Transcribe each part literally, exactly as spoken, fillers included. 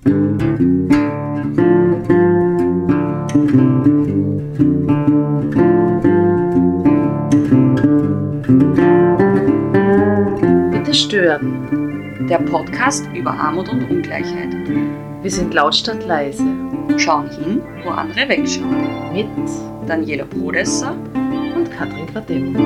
Bitte stören. Der Podcast über Armut und Ungleichheit. Wir sind lautstark leise. Schauen hin, wo andere wegschauen. Mit Daniela Brodesser und Katrin Quadem.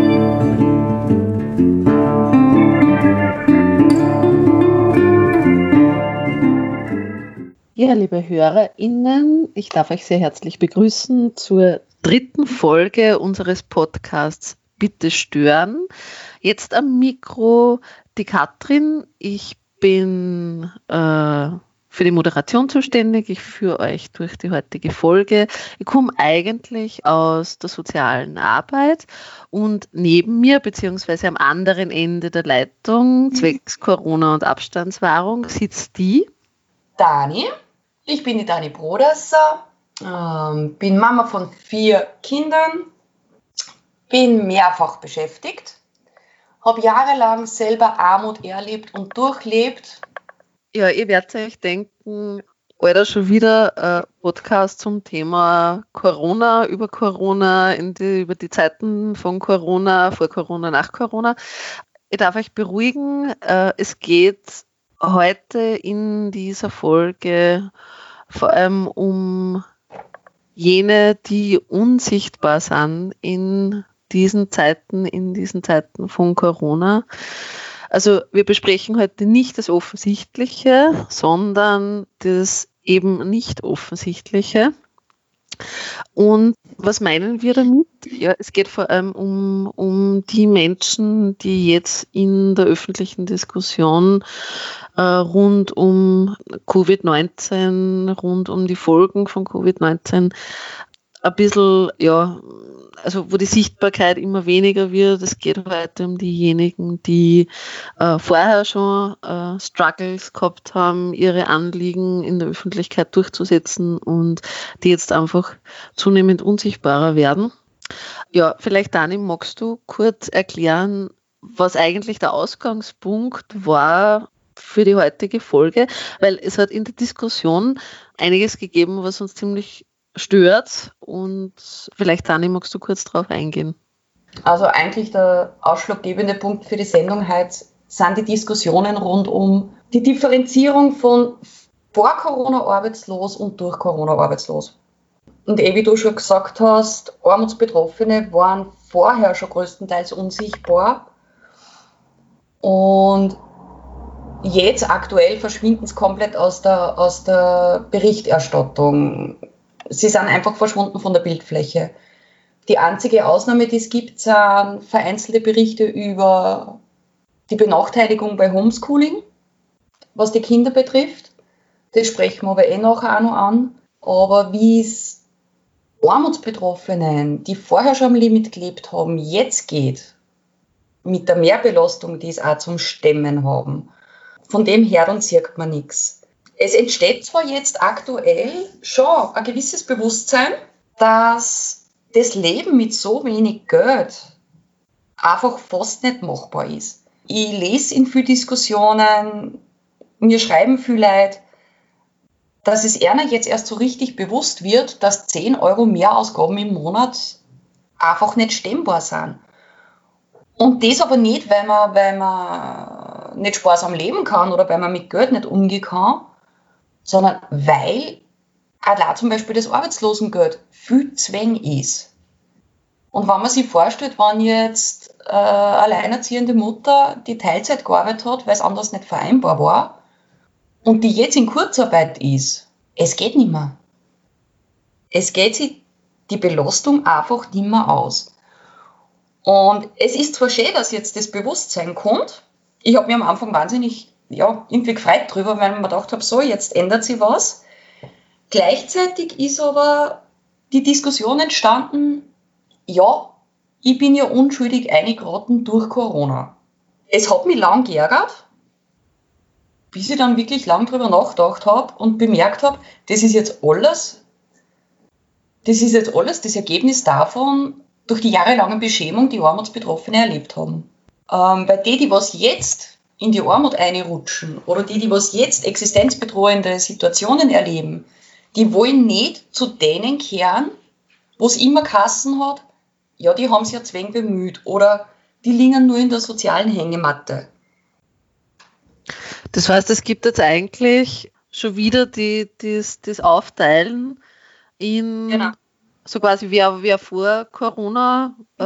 Ja, liebe HörerInnen, ich darf euch sehr herzlich begrüßen zur dritten Folge unseres Podcasts Bitte stören. Jetzt am Mikro die Katrin. Ich bin äh, für die Moderation zuständig. Ich führe euch durch die heutige Folge. Ich komme eigentlich aus der sozialen Arbeit und neben mir, beziehungsweise am anderen Ende der Leitung, zwecks Corona- und Abstandswahrung, sitzt die Dani. Ich bin die Dani Brodesser, ähm, bin Mama von vier Kindern, bin mehrfach beschäftigt, habe jahrelang selber Armut erlebt und durchlebt. Ja, ihr werdet euch denken, Alter, schon wieder ein Podcast zum Thema Corona, über Corona, in die, über die Zeiten von Corona, vor Corona, nach Corona. Ich darf euch beruhigen, äh, es geht heute in dieser Folge vor allem um jene, die unsichtbar sind in diesen Zeiten, in diesen Zeiten von Corona. Also wir besprechen heute nicht das Offensichtliche, sondern das eben nicht Offensichtliche. Und was meinen wir damit? Ja, es geht vor allem um, um die Menschen, die jetzt in der öffentlichen Diskussion äh, rund um Covid neunzehn, rund um die Folgen von Covid neunzehn ein bisschen, ja, also wo die Sichtbarkeit immer weniger wird. Es geht heute um diejenigen, die äh, vorher schon äh, Struggles gehabt haben, ihre Anliegen in der Öffentlichkeit durchzusetzen und die jetzt einfach zunehmend unsichtbarer werden. Ja, vielleicht Dani, magst du kurz erklären, was eigentlich der Ausgangspunkt war für die heutige Folge, weil es hat in der Diskussion einiges gegeben, was uns ziemlich stört, und vielleicht, Dani, magst du kurz darauf eingehen? Also eigentlich der ausschlaggebende Punkt für die Sendung heute sind die Diskussionen rund um die Differenzierung von vor Corona arbeitslos und durch Corona arbeitslos. Und eh wie du schon gesagt hast, Armutsbetroffene waren vorher schon größtenteils unsichtbar und jetzt aktuell verschwinden sie komplett aus der, aus der Berichterstattung. Sie sind einfach verschwunden von der Bildfläche. Die einzige Ausnahme, die es gibt, sind vereinzelte Berichte über die Benachteiligung bei Homeschooling, was die Kinder betrifft. Das sprechen wir aber eh nachher auch noch an. Aber wie es Armutsbetroffenen, die vorher schon am Limit gelebt haben, jetzt geht, mit der Mehrbelastung, die es auch zum Stemmen haben, von dem hört und sieht man nichts. Es entsteht zwar jetzt aktuell schon ein gewisses Bewusstsein, dass das Leben mit so wenig Geld einfach fast nicht machbar ist. Ich lese in vielen Diskussionen, mir schreiben viele Leute, dass es einer jetzt erst so richtig bewusst wird, dass zehn Euro Mehrausgaben im Monat einfach nicht stemmbar sind. Und das aber nicht, weil man, weil man nicht sparsam leben kann oder weil man mit Geld nicht umgehen kann, sondern weil allein zum Beispiel das Arbeitslosengeld viel zu wenig ist. Und wenn man sich vorstellt, wenn jetzt äh, alleinerziehende Mutter die Teilzeit gearbeitet hat, weil es anders nicht vereinbar war, und die jetzt in Kurzarbeit ist, es geht nicht mehr. Es geht sich die Belastung einfach nicht mehr aus. Und es ist zwar schön, dass jetzt das Bewusstsein kommt. Ich habe mich am Anfang wahnsinnig ja, irgendwie gefreut drüber, weil ich mir gedacht habe, so, jetzt ändert sich was. Gleichzeitig ist aber die Diskussion entstanden, ja, ich bin ja unschuldig eingeraten durch Corona. Es hat mich lang geärgert, bis ich dann wirklich lang drüber nachgedacht habe und bemerkt habe, das ist jetzt alles, das ist jetzt alles das Ergebnis davon, durch die jahrelange Beschämung, die Armutsbetroffene erlebt haben. Ähm, bei denen, die was jetzt in die Armut einrutschen oder die, die was jetzt existenzbedrohende Situationen erleben, die wollen nicht zu denen kehren, wo es immer Kassen hat, ja, die haben sich ja zwäng bemüht oder die liegen nur in der sozialen Hängematte. Das heißt, es gibt jetzt eigentlich schon wieder die, das, das Aufteilen in Genau. so quasi, wer, wer vor Corona äh,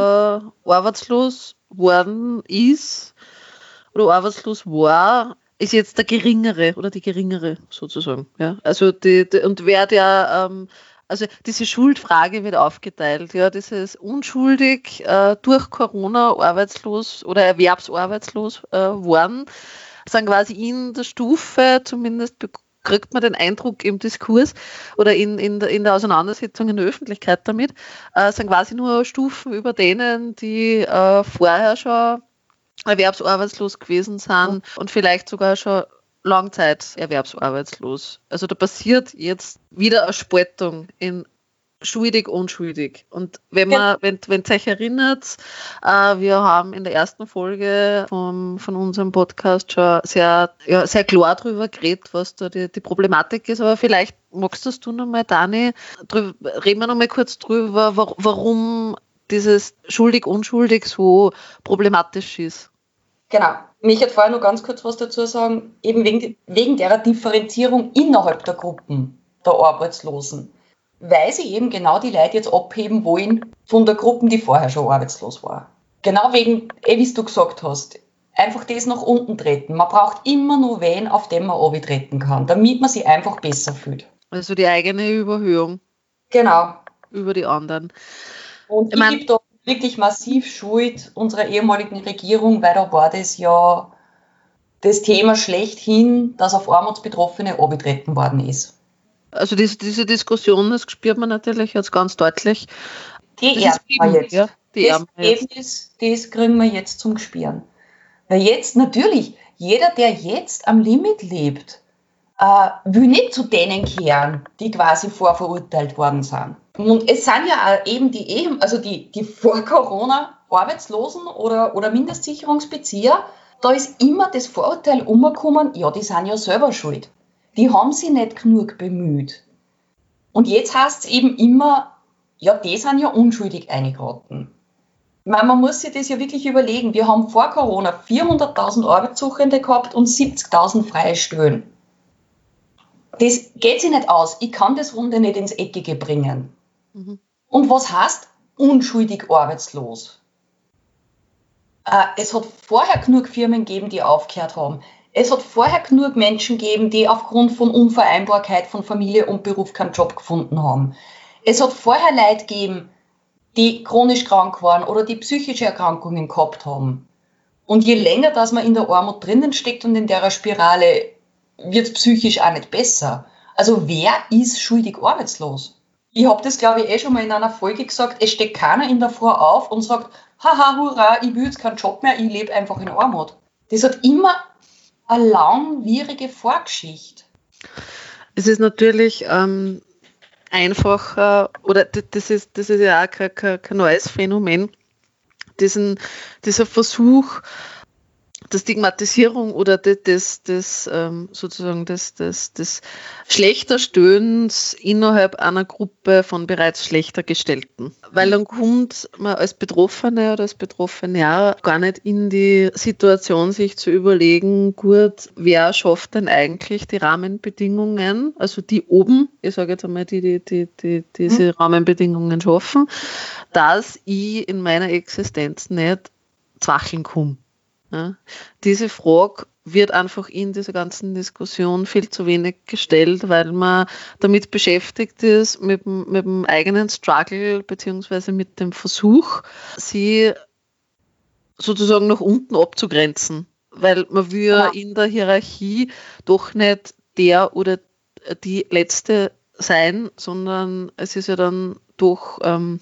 arbeitslos worden ist oder arbeitslos war, ist jetzt der Geringere oder die Geringere sozusagen. Ja? Also die, die, und wer der, ähm, also diese Schuldfrage wird aufgeteilt. Ja, dieses unschuldig äh, durch Corona arbeitslos oder erwerbsarbeitslos äh, worden, sind quasi in der Stufe, zumindest kriegt man den Eindruck im Diskurs oder in, in, der, in der Auseinandersetzung in der Öffentlichkeit damit, äh, sind quasi nur Stufen über denen, die äh, vorher schon erwerbsarbeitslos gewesen sind und vielleicht sogar schon Langzeit erwerbsarbeitslos. Also da passiert jetzt wieder eine Spaltung in schuldig, unschuldig. Und wenn man, wenn, wenn ihr euch erinnert, äh, wir haben in der ersten Folge vom, von unserem Podcast schon sehr, ja, sehr klar darüber geredet, was da die, die Problematik ist. Aber vielleicht magst das du noch mal, Dani, drüber, reden wir noch mal kurz drüber, wa- warum dieses schuldig, unschuldig so problematisch ist. Genau. Ich hätte vorher noch ganz kurz was dazu sagen, eben wegen, wegen der Differenzierung innerhalb der Gruppen der Arbeitslosen, weil sie eben genau die Leute jetzt abheben wollen von der Gruppe, die vorher schon arbeitslos war. Genau wegen, eh, wie du gesagt hast, einfach das nach unten treten. Man braucht immer nur wen, auf den man runtertreten kann, damit man sich einfach besser fühlt. Also die eigene Überhöhung Genau. über die anderen. Und Ich ich, mein- gebe da wirklich massiv Schuld unserer ehemaligen Regierung, weil da war das ja das Thema schlechthin, dass auf Armutsbetroffene runtergetreten worden ist. Also diese, diese Diskussion, das spürt man natürlich jetzt ganz deutlich. Die Das ernten ist wir eben, jetzt. ja, die Das ernten wir jetzt. Ergebnis, das kriegen wir jetzt zum Gespüren. Weil jetzt natürlich, jeder, der jetzt am Limit lebt, äh, will nicht zu denen kehren, die quasi vorverurteilt worden sind. Und es sind ja auch eben die, eben, also die, die vor Corona Arbeitslosen oder, oder Mindestsicherungsbezieher, da ist immer das Vorurteil umgekommen, ja, die sind ja selber schuld. Die haben sich nicht genug bemüht. Und jetzt heißt es eben immer, ja, die sind ja unschuldig eingeraten. Ich meine, man muss sich das ja wirklich überlegen. Wir haben vor Corona vierhunderttausend Arbeitssuchende gehabt und siebzigtausend freie Stellen. Das geht sich nicht aus. Ich kann das Runde nicht ins Eckige bringen. Mhm. Und was heißt unschuldig arbeitslos? Äh, es hat vorher genug Firmen gegeben, die aufgehört haben. Es hat vorher genug Menschen gegeben, die aufgrund von Unvereinbarkeit von Familie und Beruf keinen Job gefunden haben. Es hat vorher Leute gegeben, die chronisch krank waren oder die psychische Erkrankungen gehabt haben. Und je länger, dass man in der Armut drinnen steckt und in der Spirale, wird es psychisch auch nicht besser. Also wer ist schuldig arbeitslos? Ich habe das, glaube ich, eh schon mal in einer Folge gesagt, es steht keiner in der Früh auf und sagt, haha, hurra, ich will jetzt keinen Job mehr, ich lebe einfach in Armut. Das hat immer eine langwierige Vorgeschichte. Es ist natürlich ähm, einfacher, oder d- das ist, das ist ja auch kein, kein, kein neues Phänomen, diesen, dieser Versuch der Stigmatisierung oder des, des, des ähm, sozusagen des, des, des Schlechterstellens innerhalb einer Gruppe von bereits schlechter Gestellten. Weil dann kommt man als Betroffene oder als Betroffene ja gar nicht in die Situation, sich zu überlegen, gut, wer schafft denn eigentlich die Rahmenbedingungen, also die oben, ich sage jetzt einmal, die, die, die, die diese mhm. Rahmenbedingungen schaffen, dass ich in meiner Existenz nicht zwacheln komme. Ja, diese Frage wird einfach in dieser ganzen Diskussion viel zu wenig gestellt, weil man damit beschäftigt ist, mit dem, mit dem eigenen Struggle beziehungsweise mit dem Versuch, sie sozusagen nach unten abzugrenzen. Weil man will ja in der Hierarchie doch nicht der oder die Letzte sein, sondern es ist ja dann doch ähm,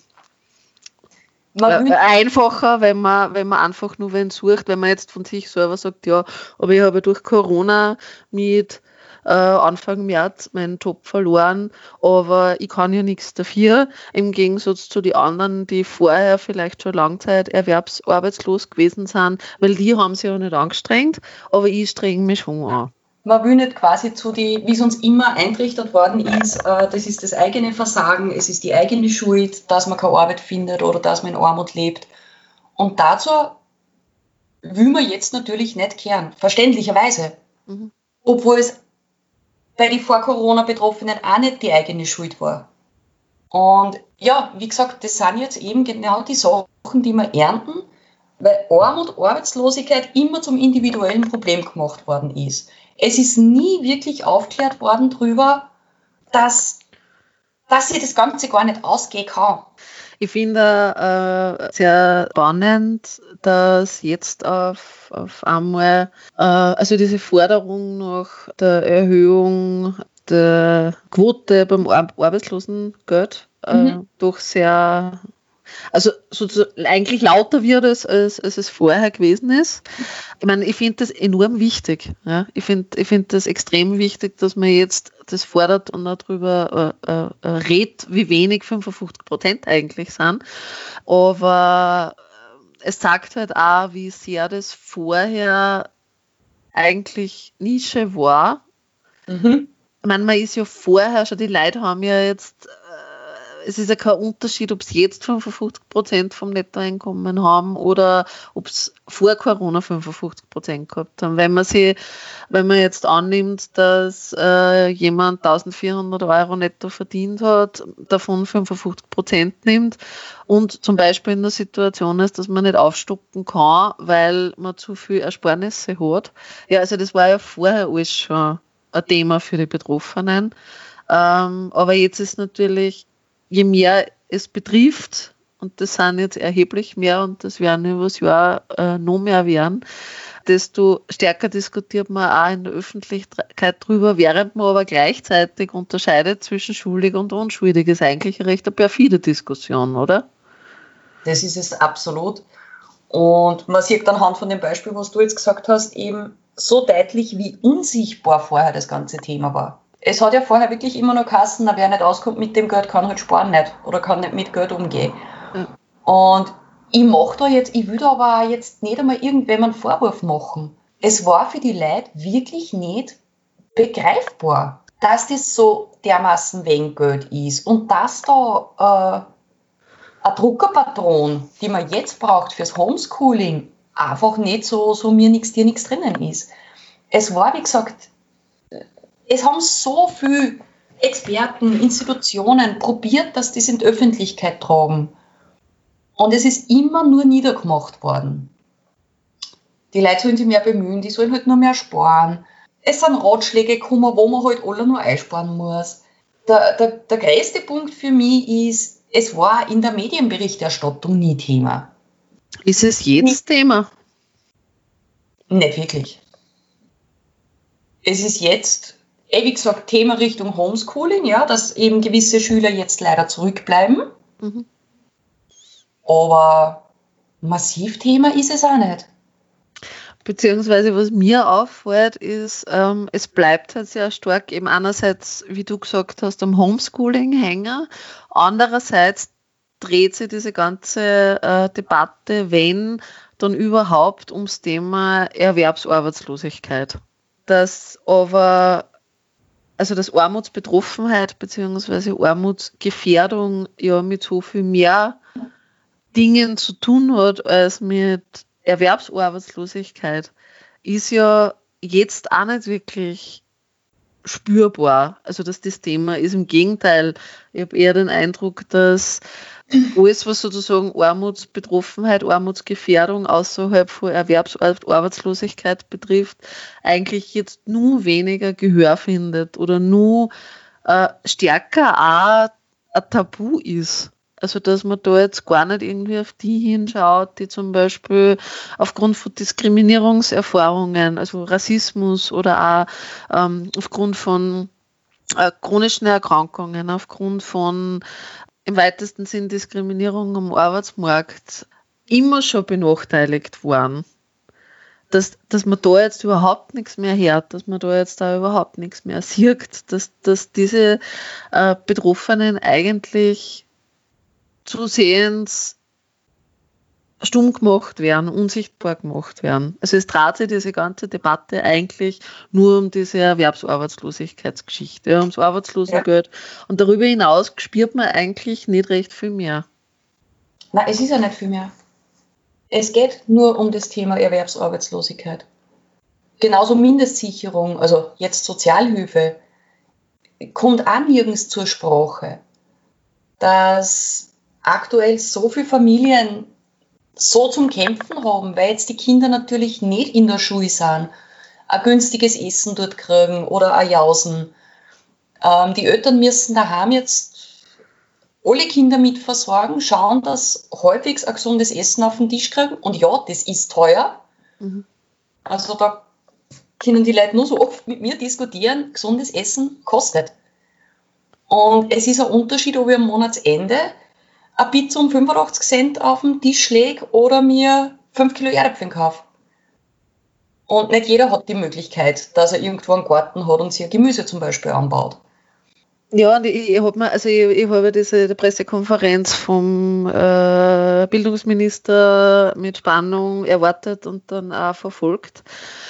einfacher, wenn man, wenn man einfach nur wen sucht, wenn man jetzt von sich selber sagt, ja, aber ich habe durch Corona mit äh, Anfang März meinen Job verloren, aber ich kann ja nichts dafür, im Gegensatz zu den anderen, die vorher vielleicht schon langzeiterwerbsarbeitslos gewesen sind, weil die haben sich ja nicht angestrengt, aber ich strenge mich schon an. Man will nicht quasi zu die, wie es uns immer eintrichtert worden ist, äh, das ist das eigene Versagen, es ist die eigene Schuld, dass man keine Arbeit findet oder dass man in Armut lebt. Und dazu will man jetzt natürlich nicht kehren, verständlicherweise. Mhm. Obwohl es bei den Vor-Corona-Betroffenen auch nicht die eigene Schuld war. Und ja, wie gesagt, das sind jetzt eben genau die Sachen, die wir ernten, weil Armut, Arbeitslosigkeit immer zum individuellen Problem gemacht worden ist. Es ist nie wirklich aufgeklärt worden darüber, dass, dass sich das Ganze gar nicht ausgehen kann. Ich finde äh, sehr spannend, dass jetzt auf, auf einmal, äh, also diese Forderung nach der Erhöhung der Quote beim Ar- Arbeitslosengeld äh, mhm. doch sehr, also sozusagen eigentlich lauter wird es, als, als es vorher gewesen ist. Ich meine, ich finde das enorm wichtig. Ja? Ich finde ich find das extrem wichtig, dass man jetzt das fordert und darüber äh, äh, redet, wie wenig fünfundfünfzig Prozent eigentlich sind. Aber es zeigt halt auch, wie sehr das vorher eigentlich Nische war. Mhm. Ich meine, man ist ja vorher schon, die Leute haben ja jetzt, äh, es ist ja kein Unterschied, ob es jetzt fünfundfünfzig Prozent vom Nettoeinkommen haben oder ob es vor Corona fünfundfünfzig Prozent gehabt haben. Wenn man sie, wenn man jetzt annimmt, dass äh, jemand eintausendvierhundert Euro netto verdient hat, davon fünfundfünfzig Prozent nimmt und zum Beispiel in der Situation ist, dass man nicht aufstocken kann, weil man zu viel Ersparnisse hat. Ja, also das war ja vorher alles schon ein Thema für die Betroffenen. Ähm, aber jetzt ist natürlich, je mehr es betrifft, und das sind jetzt erheblich mehr und das werden über das Jahr äh, noch mehr werden, desto stärker diskutiert man auch in der Öffentlichkeit drüber, während man aber gleichzeitig unterscheidet zwischen schuldig und unschuldig. Ist eigentlich eine recht perfide Diskussion, oder? Das ist es absolut. Und man sieht anhand von dem Beispiel, was du jetzt gesagt hast, eben so deutlich, wie unsichtbar vorher das ganze Thema war. Es hat ja vorher wirklich immer nur geheißen, wer nicht auskommt mit dem Geld, kann halt sparen nicht oder kann nicht mit Geld umgehen. Ja. Und ich mache da jetzt, ich will da aber jetzt nicht einmal irgendwem einen Vorwurf machen. Es war für die Leute wirklich nicht begreifbar, dass das so dermaßen wenig Geld ist und dass da äh, ein Druckerpatron, die man jetzt braucht fürs Homeschooling, einfach nicht so, so mir nichts, dir nichts drinnen ist. Es war, wie gesagt, es haben so viele Experten, Institutionen probiert, dass das in die Öffentlichkeit tragen. Und es ist immer nur niedergemacht worden. Die Leute sollen sich mehr bemühen, die sollen halt nur mehr sparen. Es sind Ratschläge gekommen, wo man halt alle nur einsparen muss. Der, der, der größte Punkt für mich ist, es war in der Medienberichterstattung nie Thema. Ist es jetzt Thema? Nicht wirklich. Es ist jetzt, wie gesagt, Thema Richtung Homeschooling, ja, dass eben gewisse Schüler jetzt leider zurückbleiben. Mhm. Aber massiv Thema ist es auch nicht. Beziehungsweise was mir auffällt, ist, ähm, es bleibt halt sehr stark eben einerseits, wie du gesagt hast, am Homeschooling-Hänger. Andererseits dreht sich diese ganze äh, Debatte, wenn dann überhaupt, ums Thema Erwerbsarbeitslosigkeit. Dass aber, also dass Armutsbetroffenheit bzw. Armutsgefährdung ja mit so viel mehr Dingen zu tun hat als mit Erwerbsarbeitslosigkeit, ist ja jetzt auch nicht wirklich spürbar. Also dass das Thema ist, im Gegenteil. Ich habe eher den Eindruck, dass alles, was sozusagen Armutsbetroffenheit, Armutsgefährdung außerhalb von Erwerbsarbeitslosigkeit betrifft, eigentlich jetzt nur weniger Gehör findet oder nur äh, stärker auch ein Tabu ist. Also dass man da jetzt gar nicht irgendwie auf die hinschaut, die zum Beispiel aufgrund von Diskriminierungserfahrungen, also Rassismus oder auch ähm, aufgrund von äh, chronischen Erkrankungen, aufgrund von im weitesten Sinn Diskriminierung am Arbeitsmarkt immer schon benachteiligt waren. dass, dass man da jetzt überhaupt nichts mehr hört, dass man da jetzt da überhaupt nichts mehr sieht, dass, dass diese äh, Betroffenen eigentlich zusehends stumm gemacht werden, unsichtbar gemacht werden. Also es dreht sich diese ganze Debatte eigentlich nur um diese Erwerbsarbeitslosigkeitsgeschichte, ja, ums Arbeitslosengeld. Ja. Und darüber hinaus spürt man eigentlich nicht recht viel mehr. Nein, es ist ja nicht viel mehr. Es geht nur um das Thema Erwerbsarbeitslosigkeit. Genauso Mindestsicherung, also jetzt Sozialhilfe, kommt auch nirgends zur Sprache, dass aktuell so viele Familien so zum Kämpfen haben, weil jetzt die Kinder natürlich nicht in der Schule sind, ein günstiges Essen dort kriegen oder ein Jausen. Ähm, die Eltern müssen daheim jetzt alle Kinder mit versorgen, schauen, dass halbwegs ein gesundes Essen auf den Tisch kriegen. Und ja, das ist teuer. Mhm. Also da können die Leute nur so oft mit mir diskutieren, gesundes Essen kostet. Und es ist ein Unterschied, ob ich am Monatsende eine Pizza um fünfundachtzig Cent auf den Tisch lege oder mir fünf Kilo Erdäpfel kaufe. Und nicht jeder hat die Möglichkeit, dass er irgendwo einen Garten hat und sich ein Gemüse zum Beispiel anbaut. Ja, und ich, ich habe mir, also ich, ich habe diese die Pressekonferenz vom äh, Bildungsminister mit Spannung erwartet und dann auch verfolgt.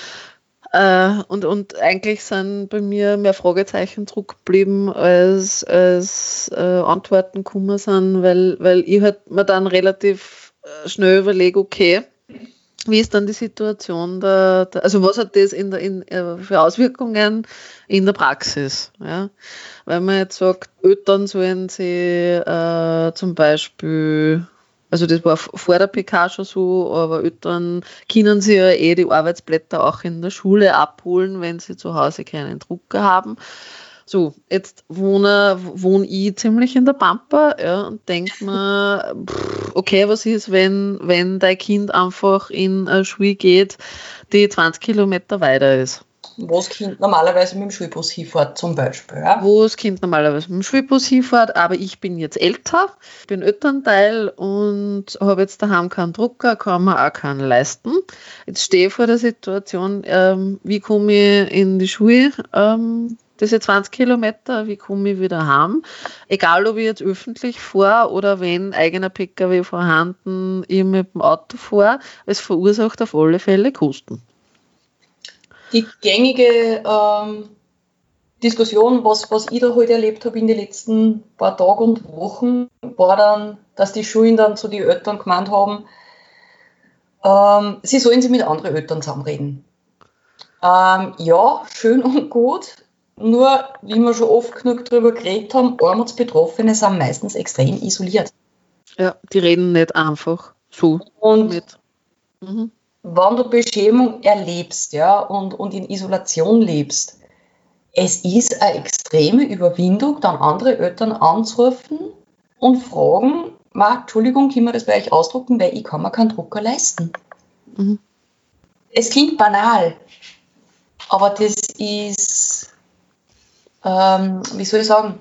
Äh, und, und eigentlich sind bei mir mehr Fragezeichen zurückgeblieben, als, als äh, Antworten gekommen sind, weil, weil ich halt mir dann relativ schnell überlege, okay, wie ist dann die Situation, der, der, also was hat das in der, in, für Auswirkungen in der Praxis? Ja? Weil man jetzt sagt, Eltern sollen sie äh, zum Beispiel, also das war vor der P K schon so, aber Eltern können sie ja eh die Arbeitsblätter auch in der Schule abholen, wenn sie zu Hause keinen Drucker haben. So, jetzt wohne, wohne ich ziemlich in der Pampa, ja, und denke mir, pff, okay, was ist, wenn, wenn dein Kind einfach in eine Schule geht, die zwanzig Kilometer weiter ist? Wo das Kind normalerweise mit dem Schulbus hinfährt, zum Beispiel. Ja? Wo das Kind normalerweise mit dem Schulbus hinfährt, aber ich bin jetzt älter, bin Elternteil und habe jetzt daheim keinen Drucker, kann mir auch keinen leisten. Jetzt stehe ich vor der Situation, ähm, wie komme ich in die Schule, ähm, diese zwanzig Kilometer, wie komme ich wieder heim? Egal, ob ich jetzt öffentlich fahre oder wenn eigener P K W vorhanden, ich mit dem Auto fahre, es verursacht auf alle Fälle Kosten. Die gängige ähm, Diskussion, was, was ich da heute erlebt habe in den letzten paar Tagen und Wochen, war dann, dass die Schulen dann zu den Eltern gemeint haben, ähm, sie sollen sich mit anderen Eltern zusammenreden. Ähm, ja, schön und gut. Nur, wie wir schon oft genug darüber geredet haben, Armutsbetroffene sind meistens extrem isoliert. Ja, die reden nicht einfach so und mit. Mhm. Wenn du Beschämung erlebst, ja, und, und in Isolation lebst, es ist eine extreme Überwindung, dann andere Eltern anzurufen und fragen, Ma, Entschuldigung, können wir das bei euch ausdrucken, weil ich kann mir keinen Drucker leisten. Mhm. Es klingt banal, aber das ist Ähm, wie soll ich sagen,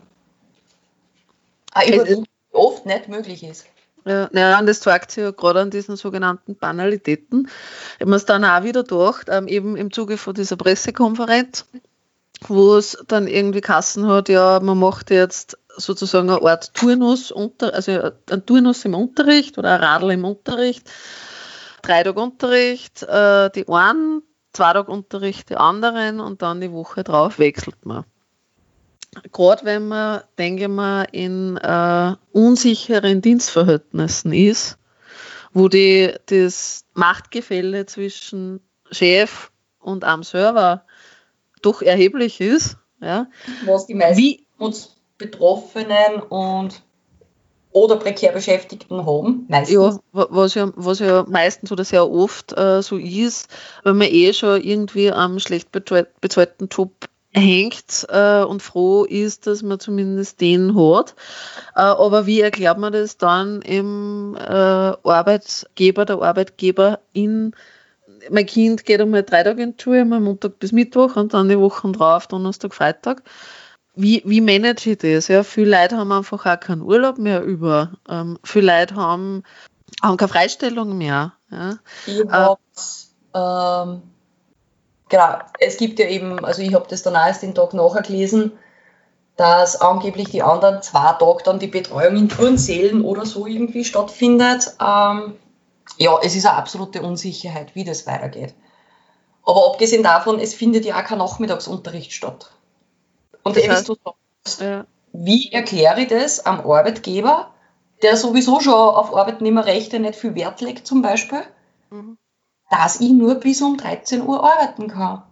eine Überwindung, die oft nicht möglich ist. Ja, ja, und das zeigt sich ja gerade an diesen sogenannten Banalitäten. Ich habe mir es dann auch wieder gedacht, ähm, eben im Zuge von dieser Pressekonferenz, wo es dann irgendwie Kassen hat, ja, man macht jetzt sozusagen eine Art Turnus, unter, also ein Turnus im Unterricht oder ein Radl im Unterricht, drei Tage Unterricht, äh, die einen, zwei Tage Unterricht die anderen und dann die Woche drauf wechselt man. Gerade wenn man, denke ich mal, in äh, unsicheren Dienstverhältnissen ist, wo die, das Machtgefälle zwischen Chef und am Server doch erheblich ist. Ja. Was die meisten Betroffenen und oder prekär Beschäftigten haben. Meistens. Ja, was ja, was ja meistens oder sehr oft äh, so ist, wenn man eh schon irgendwie am schlecht bezahlten Job hängt äh, und froh ist, dass man zumindest den hat. Äh, aber wie erklärt man das dann im äh, Arbeitgeber, der Arbeitgeberin? Mein Kind geht einmal drei Tage in die Schule, einmal Montag bis Mittwoch und dann die Wochen drauf, Donnerstag, Freitag. Wie, wie manage ich das? Ja, viele Leute haben einfach auch keinen Urlaub mehr über. Ähm, viele Leute haben, haben keine Freistellung mehr. Ja. Ich habe Ähm, genau, es gibt ja eben, also ich habe das dann auch erst den Tag nachher gelesen, dass angeblich die anderen zwei Tage dann die Betreuung in Turnsälen oder so irgendwie stattfindet. Ähm, ja, es ist eine absolute Unsicherheit, wie das weitergeht. Aber abgesehen davon, es findet ja auch kein Nachmittagsunterricht statt. Und Das eben, heißt, du sagst, ja. wie erkläre ich das am Arbeitgeber, der sowieso schon auf Arbeitnehmerrechte nicht viel Wert legt zum Beispiel, Mhm. dass ich nur bis um dreizehn Uhr arbeiten kann?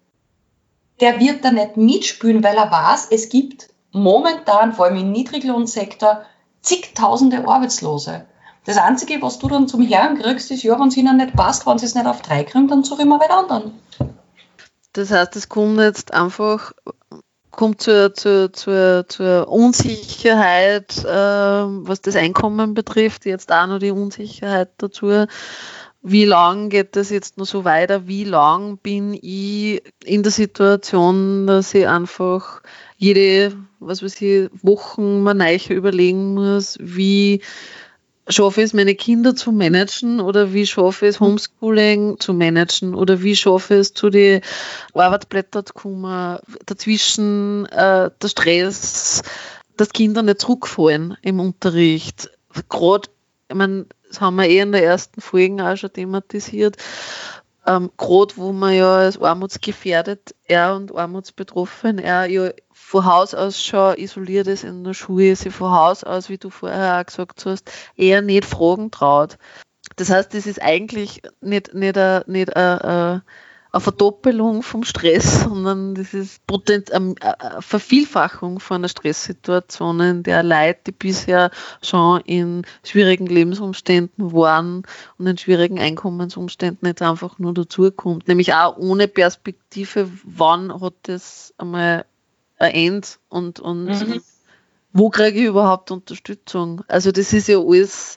Der wird da nicht mitspielen, weil er weiß, es gibt momentan, vor allem im Niedriglohnsektor, zigtausende Arbeitslose. Das Einzige, was du dann zum Hören kriegst, ist, ja, wenn es ihnen nicht passt, wenn sie es nicht auf drei kriegen, dann suche ich mal bei anderen. Das heißt, es kommt jetzt einfach kommt zur, zur, zur, zur Unsicherheit, äh, was das Einkommen betrifft, jetzt auch noch die Unsicherheit dazu. Wie lang geht das jetzt noch so weiter? Wie lang bin ich in der Situation, dass ich einfach jede, was weiß ich, Wochen mal neu überlegen muss, wie schaffe ich es, meine Kinder zu managen oder wie schaffe ich es, Homeschooling zu managen oder wie schaffe ich es, zu den Arbeitsblättern zu kommen, dazwischen äh, der Stress, dass Kinder nicht zurückfallen im Unterricht. Gerade, ich meine, das haben wir eh in der ersten Folge auch schon thematisiert, ähm, gerade wo man ja als armutsgefährdet er und armutsbetroffen er ja von Haus aus schon isoliert ist in der Schule, sich von Haus aus, wie du vorher auch gesagt hast, eher nicht fragen traut. Das heißt, das ist eigentlich nicht, nicht, eine, nicht eine, eine Verdoppelung vom Stress, sondern das ist Potent, eine Vervielfachung von einer Stresssituation, in der Leute, die bisher schon in schwierigen Lebensumständen waren und in schwierigen Einkommensumständen jetzt einfach nur dazukommt. Nämlich auch ohne Perspektive, wann hat das einmal ein Ende und, und mhm. wo kriege ich überhaupt Unterstützung? Also das ist ja alles,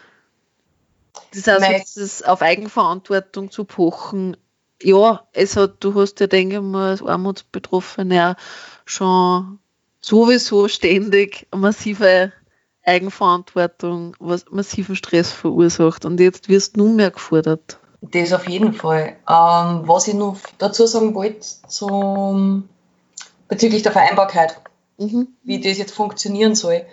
das heißt, nice. Das auf Eigenverantwortung zu pochen. Ja, es hat, du hast ja, denke ich mal, als Armutsbetroffener schon sowieso ständig eine massive Eigenverantwortung, was massiven Stress verursacht. Und jetzt wirst du nur mehr gefordert. Das auf jeden Fall. Ähm, was ich noch dazu sagen wollte, zum bezüglich der Vereinbarkeit, mhm. wie das jetzt funktionieren soll.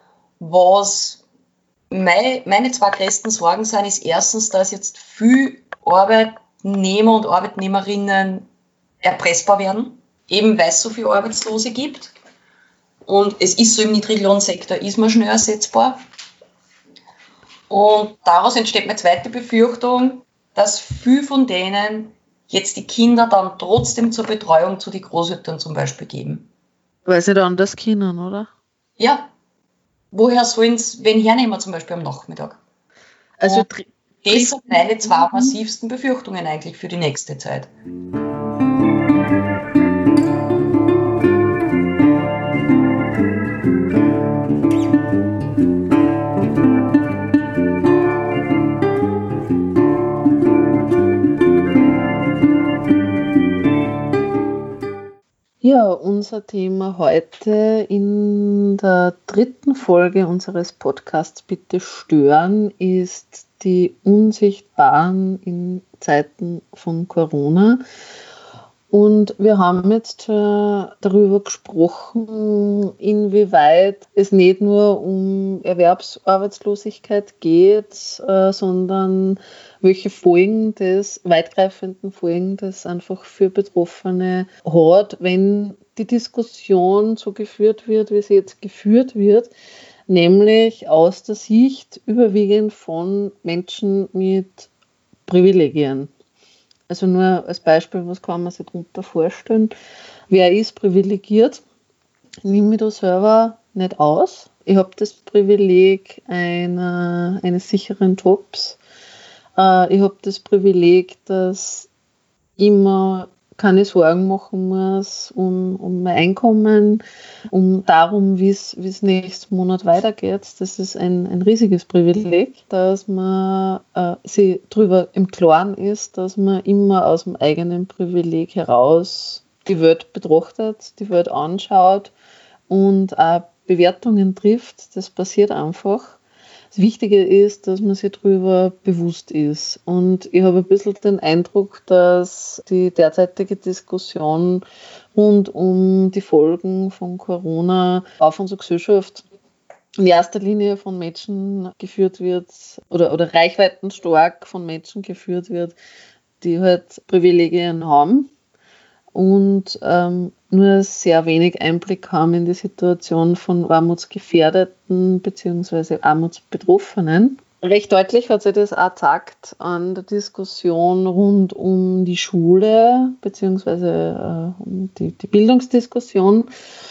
Was mein, meine zwei größten Sorgen sind, ist erstens, dass jetzt viel Arbeitnehmer und Arbeitnehmerinnen erpressbar werden, eben weil es so viele Arbeitslose gibt. Und es ist so, im Niedriglohnsektor ist man schnell ersetzbar. Und daraus entsteht meine zweite Befürchtung, dass viel von denen jetzt die Kinder dann trotzdem zur Betreuung zu den Großeltern zum Beispiel geben. Weil sie dann das können, oder? Ja. Woher sollen sie wen hernehmen, zum Beispiel am Nachmittag? Also und das sind meine zwei massivsten Befürchtungen eigentlich für die nächste Zeit. Ja, unser Thema heute in der dritten Folge unseres Podcasts Bitte stören ist die Unsichtbaren in Zeiten von Corona. Und wir haben jetzt äh, darüber gesprochen, inwieweit es nicht nur um Erwerbsarbeitslosigkeit geht, äh, sondern welche Folgen das, weitgreifenden Folgen das einfach für Betroffene hat, wenn die Diskussion so geführt wird, wie sie jetzt geführt wird, nämlich aus der Sicht überwiegend von Menschen mit Privilegien. Also nur als Beispiel, was kann man sich darunter vorstellen? Wer ist privilegiert? Ich nehme mich da selber nicht aus. Ich habe das Privileg einer, eines sicheren Jobs. Ich habe das Privileg, dass ich immer keine Sorgen machen muss um, um mein Einkommen, um darum, wie es nächsten Monat weitergeht. Das ist ein, ein riesiges Privileg, dass man äh, sich darüber im Klaren ist, dass man immer aus dem eigenen Privileg heraus die Welt betrachtet, die Welt anschaut und auch Bewertungen trifft. Das passiert einfach. Das Wichtige ist, dass man sich darüber bewusst ist. Und ich habe ein bisschen den Eindruck, dass die derzeitige Diskussion rund um die Folgen von Corona auf unsere Gesellschaft in erster Linie von Menschen geführt wird oder, oder reichweitenstark von Menschen geführt wird, die halt Privilegien haben und ähm, nur sehr wenig Einblick haben in die Situation von Armutsgefährdeten bzw. Armutsbetroffenen. Recht deutlich hat sich das auch gezeigt an der Diskussion rund um die Schule bzw. Äh, um die, die Bildungsdiskussion,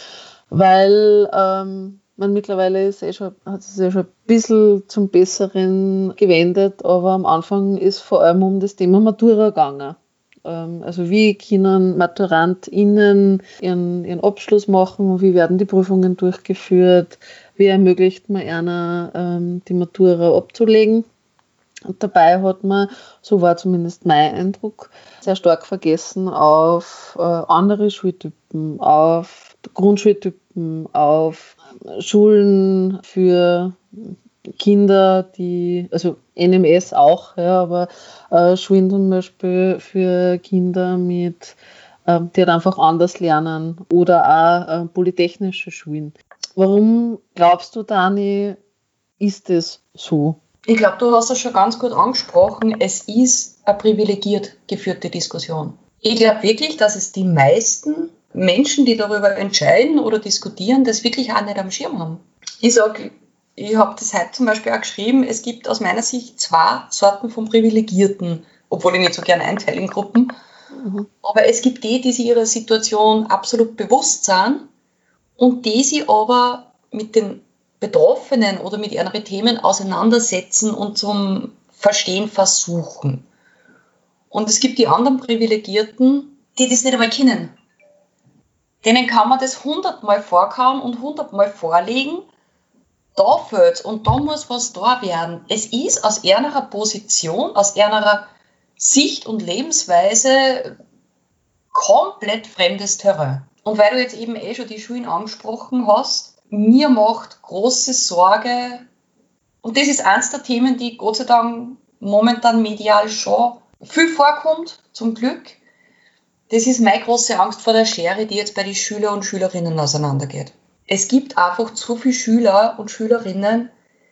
weil ähm, man mittlerweile ist eh schon, hat es ja schon ein bisschen zum Besseren gewendet, aber am Anfang ist vor allem um das Thema Matura gegangen. Also wie können MaturantInnen ihren, ihren Abschluss machen, wie werden die Prüfungen durchgeführt, wie ermöglicht man einer, ähm, die Matura abzulegen. Und dabei hat man, so war zumindest mein Eindruck, sehr stark vergessen auf äh, andere Schultypen, auf Grundschultypen, auf Schulen für Kinder, die, also N M S auch, ja, aber äh, Schulen zum Beispiel für Kinder mit, äh, die halt einfach anders lernen oder auch äh, polytechnische Schulen. Warum glaubst du, Dani, ist es so? Ich glaube, du hast es schon ganz gut angesprochen. Es ist eine privilegiert geführte Diskussion. Ich glaube wirklich, dass es die meisten Menschen, die darüber entscheiden oder diskutieren, das wirklich auch nicht am Schirm haben. Ich sage, ich habe das heute zum Beispiel auch geschrieben, es gibt aus meiner Sicht zwei Sorten von Privilegierten, obwohl ich nicht so gerne einteile in Gruppen. Mhm. Aber es gibt die, die sich ihrer Situation absolut bewusst sind und die sich aber mit den Betroffenen oder mit ihren Themen auseinandersetzen und zum Verstehen versuchen. Und es gibt die anderen Privilegierten, die das nicht einmal kennen. Denen kann man das hundertmal vorkauen und hundertmal vorlegen. Da fehlt's und da muss was da werden. Es ist aus einer Position, aus einer Sicht und Lebensweise komplett fremdes Terrain. Und weil du jetzt eben eh schon die Schulen angesprochen hast, mir macht große Sorge, und das ist eins der Themen, die Gott sei Dank momentan medial schon viel vorkommt, zum Glück. Das ist meine große Angst vor der Schere, die jetzt bei den Schüler und Schülerinnen auseinandergeht. Es gibt einfach zu viele Schüler und Schülerinnen,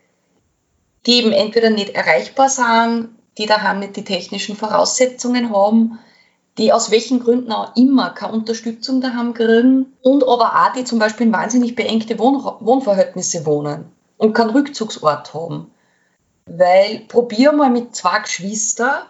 die eben entweder nicht erreichbar sind, die daheim nicht die technischen Voraussetzungen haben, die aus welchen Gründen auch immer keine Unterstützung daheim kriegen und aber auch die zum Beispiel in wahnsinnig beengte Wohn- Wohnverhältnisse wohnen und keinen Rückzugsort haben. Weil probier mal mit zwei Geschwistern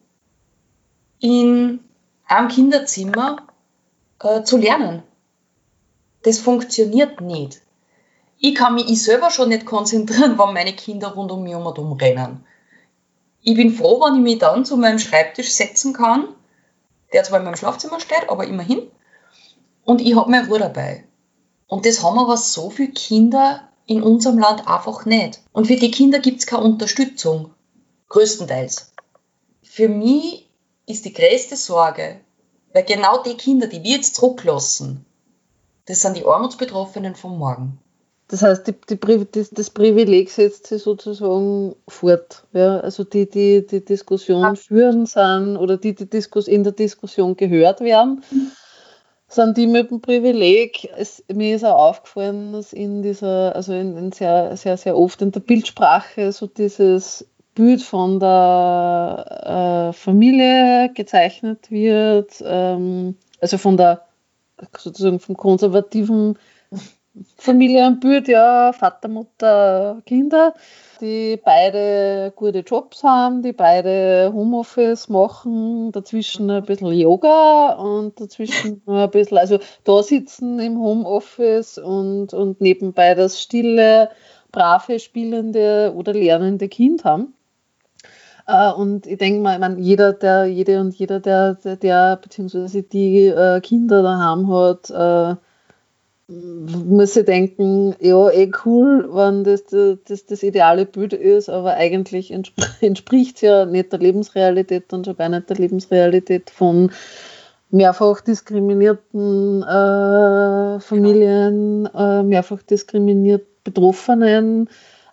in einem Kinderzimmer äh, zu lernen. Das funktioniert nicht. Ich kann mich ich selber schon nicht konzentrieren, wenn meine Kinder rund um mich um und um rennen. Ich bin froh, wenn ich mich dann zu meinem Schreibtisch setzen kann, der zwar in meinem Schlafzimmer steht, aber immerhin. Und ich habe meine Ruhe dabei. Und das haben aber so viele Kinder in unserem Land einfach nicht. Und für die Kinder gibt es keine Unterstützung. Größtenteils. Für mich ist die größte Sorge, weil genau die Kinder, die wir jetzt zurücklassen, das sind die Armutsbetroffenen von morgen. Das heißt, die, die, das, das Privileg setzt sich sozusagen fort. Ja? Also die, die die Diskussion ja. führen sind oder die, die Diskus, in der Diskussion gehört werden, mhm. sind die mit dem Privileg. Es, mir ist auch aufgefallen, dass in dieser, also in, in sehr, sehr, sehr oft in der Bildsprache so dieses Bild von der äh, Familie gezeichnet wird, ähm, also von der sozusagen vom konservativen Familienbild, ja, Vater, Mutter, Kinder, die beide gute Jobs haben, die beide Homeoffice machen, dazwischen ein bisschen Yoga und dazwischen ein bisschen, also da sitzen im Homeoffice und, und nebenbei das stille, brave, spielende oder lernende Kind haben. Und ich denke mal, ich meine, jeder, der, jede und jeder, der, der, der beziehungsweise die äh, Kinder daheim hat, äh, muss sich denken, ja, eh cool, wenn das das, das ideale Bild ist, aber eigentlich entspr- entspricht es ja nicht der Lebensrealität und schon gar nicht der Lebensrealität von mehrfach diskriminierten äh, Familien, äh, mehrfach diskriminiert Betroffenen,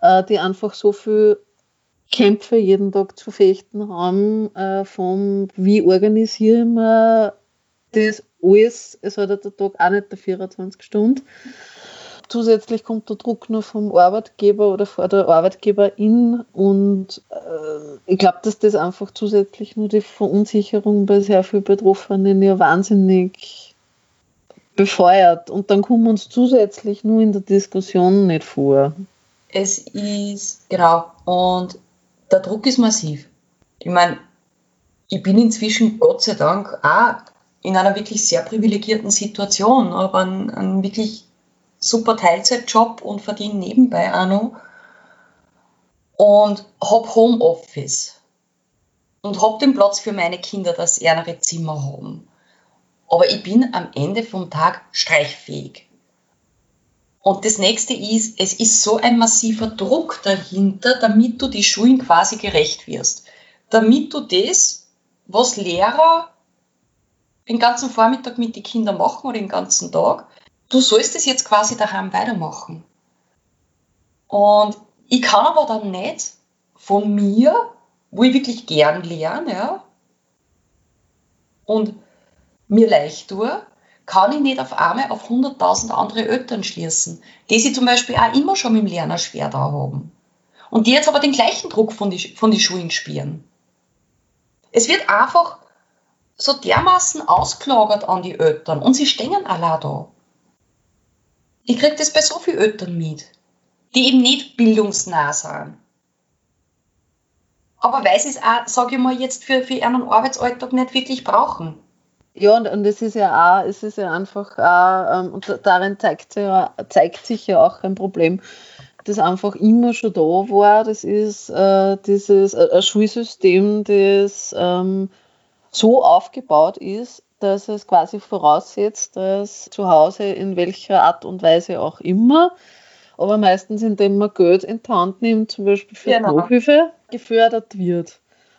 äh, die einfach so viel Kämpfe jeden Tag zu fechten haben, äh, vom wie organisieren wir das alles, es hat ja der Tag auch nicht der vierundzwanzig Stunden. Zusätzlich kommt der Druck nur vom Arbeitgeber oder von der Arbeitgeberin und äh, ich glaube, dass das einfach zusätzlich nur die Verunsicherung bei sehr vielen Betroffenen ja wahnsinnig befeuert und dann kommen wir uns zusätzlich nur in der Diskussion nicht vor. Es ist, genau, und der Druck ist massiv. Ich meine, ich bin inzwischen Gott sei Dank auch in einer wirklich sehr privilegierten Situation, aber einen, einen wirklich super Teilzeitjob und verdiene nebenbei auch noch und habe Homeoffice und habe den Platz für meine Kinder, dass sie ihre Zimmer haben. Aber ich bin am Ende vom Tag streichfähig. Und das nächste ist, es ist so ein massiver Druck dahinter, damit du die Schulen quasi gerecht wirst. Damit du das, was Lehrer den ganzen Vormittag mit den Kindern machen oder den ganzen Tag, du sollst es jetzt quasi daheim weitermachen. Und ich kann aber dann nicht von mir, wo ich wirklich gern lerne, ja, und mir leicht tue, kann ich nicht auf einmal auf hunderttausend andere Eltern schließen, die sie zum Beispiel auch immer schon mit dem Lernen schwer da haben. Und die jetzt aber den gleichen Druck von den von die Schulen spüren. Es wird einfach so dermaßen ausgelagert an die Eltern und sie stehen alle da. Ich kriege das bei so vielen Eltern mit, die eben nicht bildungsnah sind. Aber weil sie es auch, sage ich mal, jetzt für, für ihren Arbeitsalltag nicht wirklich brauchen. Ja, und, und es ist ja auch, es ist ja einfach auch, ähm, und darin zeigt, ja, zeigt sich ja auch ein Problem, das einfach immer schon da war. Das ist äh, dieses äh, ein Schulsystem, das ähm, so aufgebaut ist, dass es quasi voraussetzt, dass zu Hause in welcher Art und Weise auch immer, aber meistens indem man Geld in die Hand nimmt, zum Beispiel für Genau. die Nachhilfe, gefördert wird.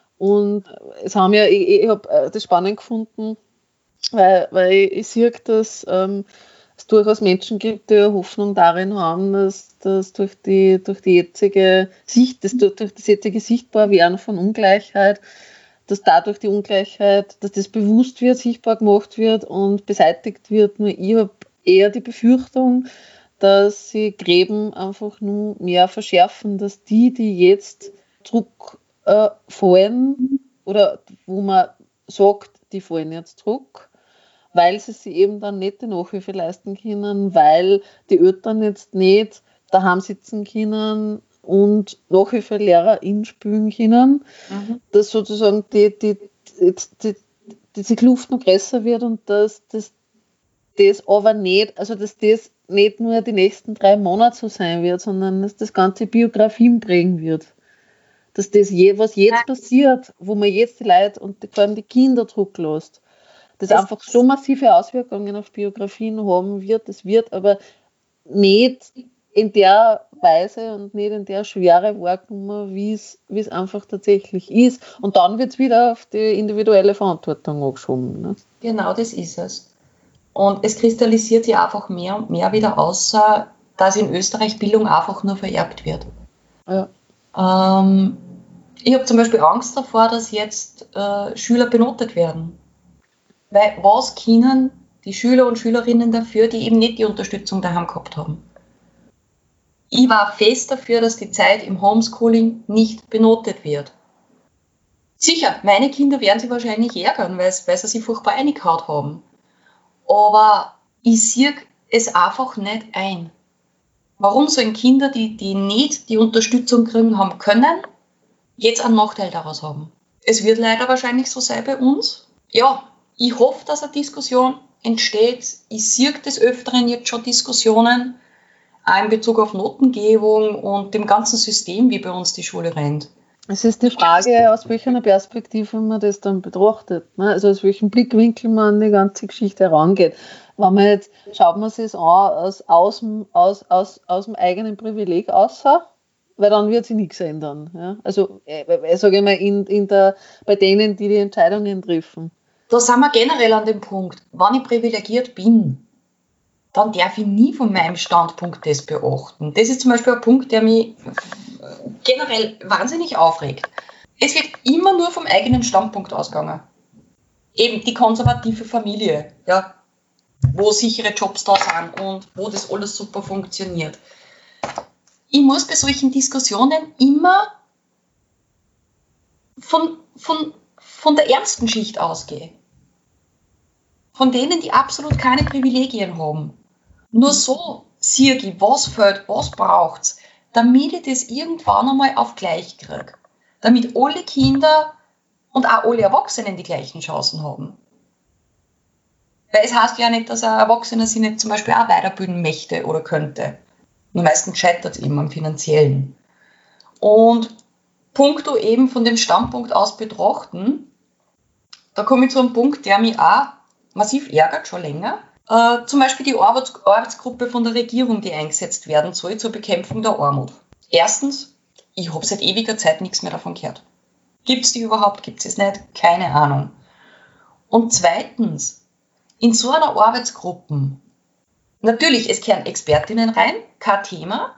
Und es haben ja, ich, ich habe das spannend gefunden, weil, weil ich, ich sehe, dass ähm, es durchaus Menschen gibt, die Hoffnung darin haben, dass, dass durch die, durch die jetzige Sicht, das, durch das jetzige Sichtbarwerden von Ungleichheit, dass dadurch die Ungleichheit, dass das bewusst wird, sichtbar gemacht wird und beseitigt wird. Nur ich habe eher die Befürchtung, dass sie Gräben einfach nur mehr verschärfen, dass die, die jetzt Druck äh, fallen oder wo man sagt, die fallen jetzt Druck, weil sie sich eben dann nicht die Nachhilfe leisten können, weil die Eltern jetzt nicht daheim sitzen können und Nachhilfelehrerin spielen können, mhm. dass sozusagen die, die, die, die, diese Kluft noch größer wird und dass das, das aber nicht, also dass das nicht nur die nächsten drei Monate so sein wird, sondern dass das ganze Biografien prägen wird. Dass das, je, was jetzt passiert, wo man jetzt die Leute und vor allem die Kinder Druck lässt, das, das einfach so massive Auswirkungen auf Biografien haben wird, das wird aber nicht in der Weise und nicht in der Schwere wahrgenommen, wie es wie es einfach tatsächlich ist. Und dann wird es wieder auf die individuelle Verantwortung angeschoben. Ne? Genau, das ist es. Und es kristallisiert sich einfach mehr und mehr wieder aus, dass in Österreich Bildung einfach nur vererbt wird. Ja. Ähm, ich habe zum Beispiel Angst davor, dass jetzt äh, Schüler benotet werden. Weil was können die Schüler und Schülerinnen dafür, die eben nicht die Unterstützung daheim gehabt haben? Ich war fest dafür, dass die Zeit im Homeschooling nicht benotet wird. Sicher, meine Kinder werden sich wahrscheinlich ärgern, weil, weil sie sich furchtbar eingehaut haben. Aber ich sehe es einfach nicht ein. Warum sollen Kinder, die, die nicht die Unterstützung kriegen haben können, jetzt einen Nachteil daraus haben? Es wird leider wahrscheinlich so sein bei uns. Ja, ich hoffe, dass eine Diskussion entsteht. Ich sehe des Öfteren jetzt schon Diskussionen, auch in Bezug auf Notengebung und dem ganzen System, wie bei uns die Schule rennt. Es ist die Frage, aus welcher Perspektive man das dann betrachtet, ne? Also aus welchem Blickwinkel man an die ganze Geschichte herangeht. Wenn man jetzt, schaut man sich es an aus, aus, aus, aus, aus dem eigenen Privileg aus, weil dann wird sich nichts ändern. Ja? Also äh, sage ich mal, in, in der, bei denen, die die Entscheidungen treffen. Da sind wir generell an dem Punkt, wenn ich privilegiert bin, dann darf ich nie von meinem Standpunkt das beachten. Das ist zum Beispiel ein Punkt, der mich generell wahnsinnig aufregt. Es wird immer nur vom eigenen Standpunkt ausgegangen. Eben die konservative Familie, ja, wo sichere Jobs da sind und wo das alles super funktioniert. Ich muss bei solchen Diskussionen immer von, von, von der ärmsten Schicht ausgehen. Von denen, die absolut keine Privilegien haben. Nur so sehe ich, was fehlt, was braucht es, damit ich das irgendwann einmal auf gleich kriege. Damit alle Kinder und auch alle Erwachsenen die gleichen Chancen haben. Weil es heißt ja nicht, dass ein Erwachsener sich nicht zum Beispiel auch weiterbilden möchte oder könnte. Nur meistens scheitert es immer am Finanziellen. Und punkto eben von dem Standpunkt aus betrachten, da komme ich zu einem Punkt, der mich auch massiv ärgert, schon länger. Äh, zum Beispiel die Arbeits- Arbeitsgruppe von der Regierung, die eingesetzt werden soll zur Bekämpfung der Armut. Erstens, ich habe seit ewiger Zeit nichts mehr davon gehört. Gibt es die überhaupt? Gibt es nicht? Keine Ahnung. Und zweitens, in so einer Arbeitsgruppe, natürlich, es kehren Expertinnen rein, kein Thema,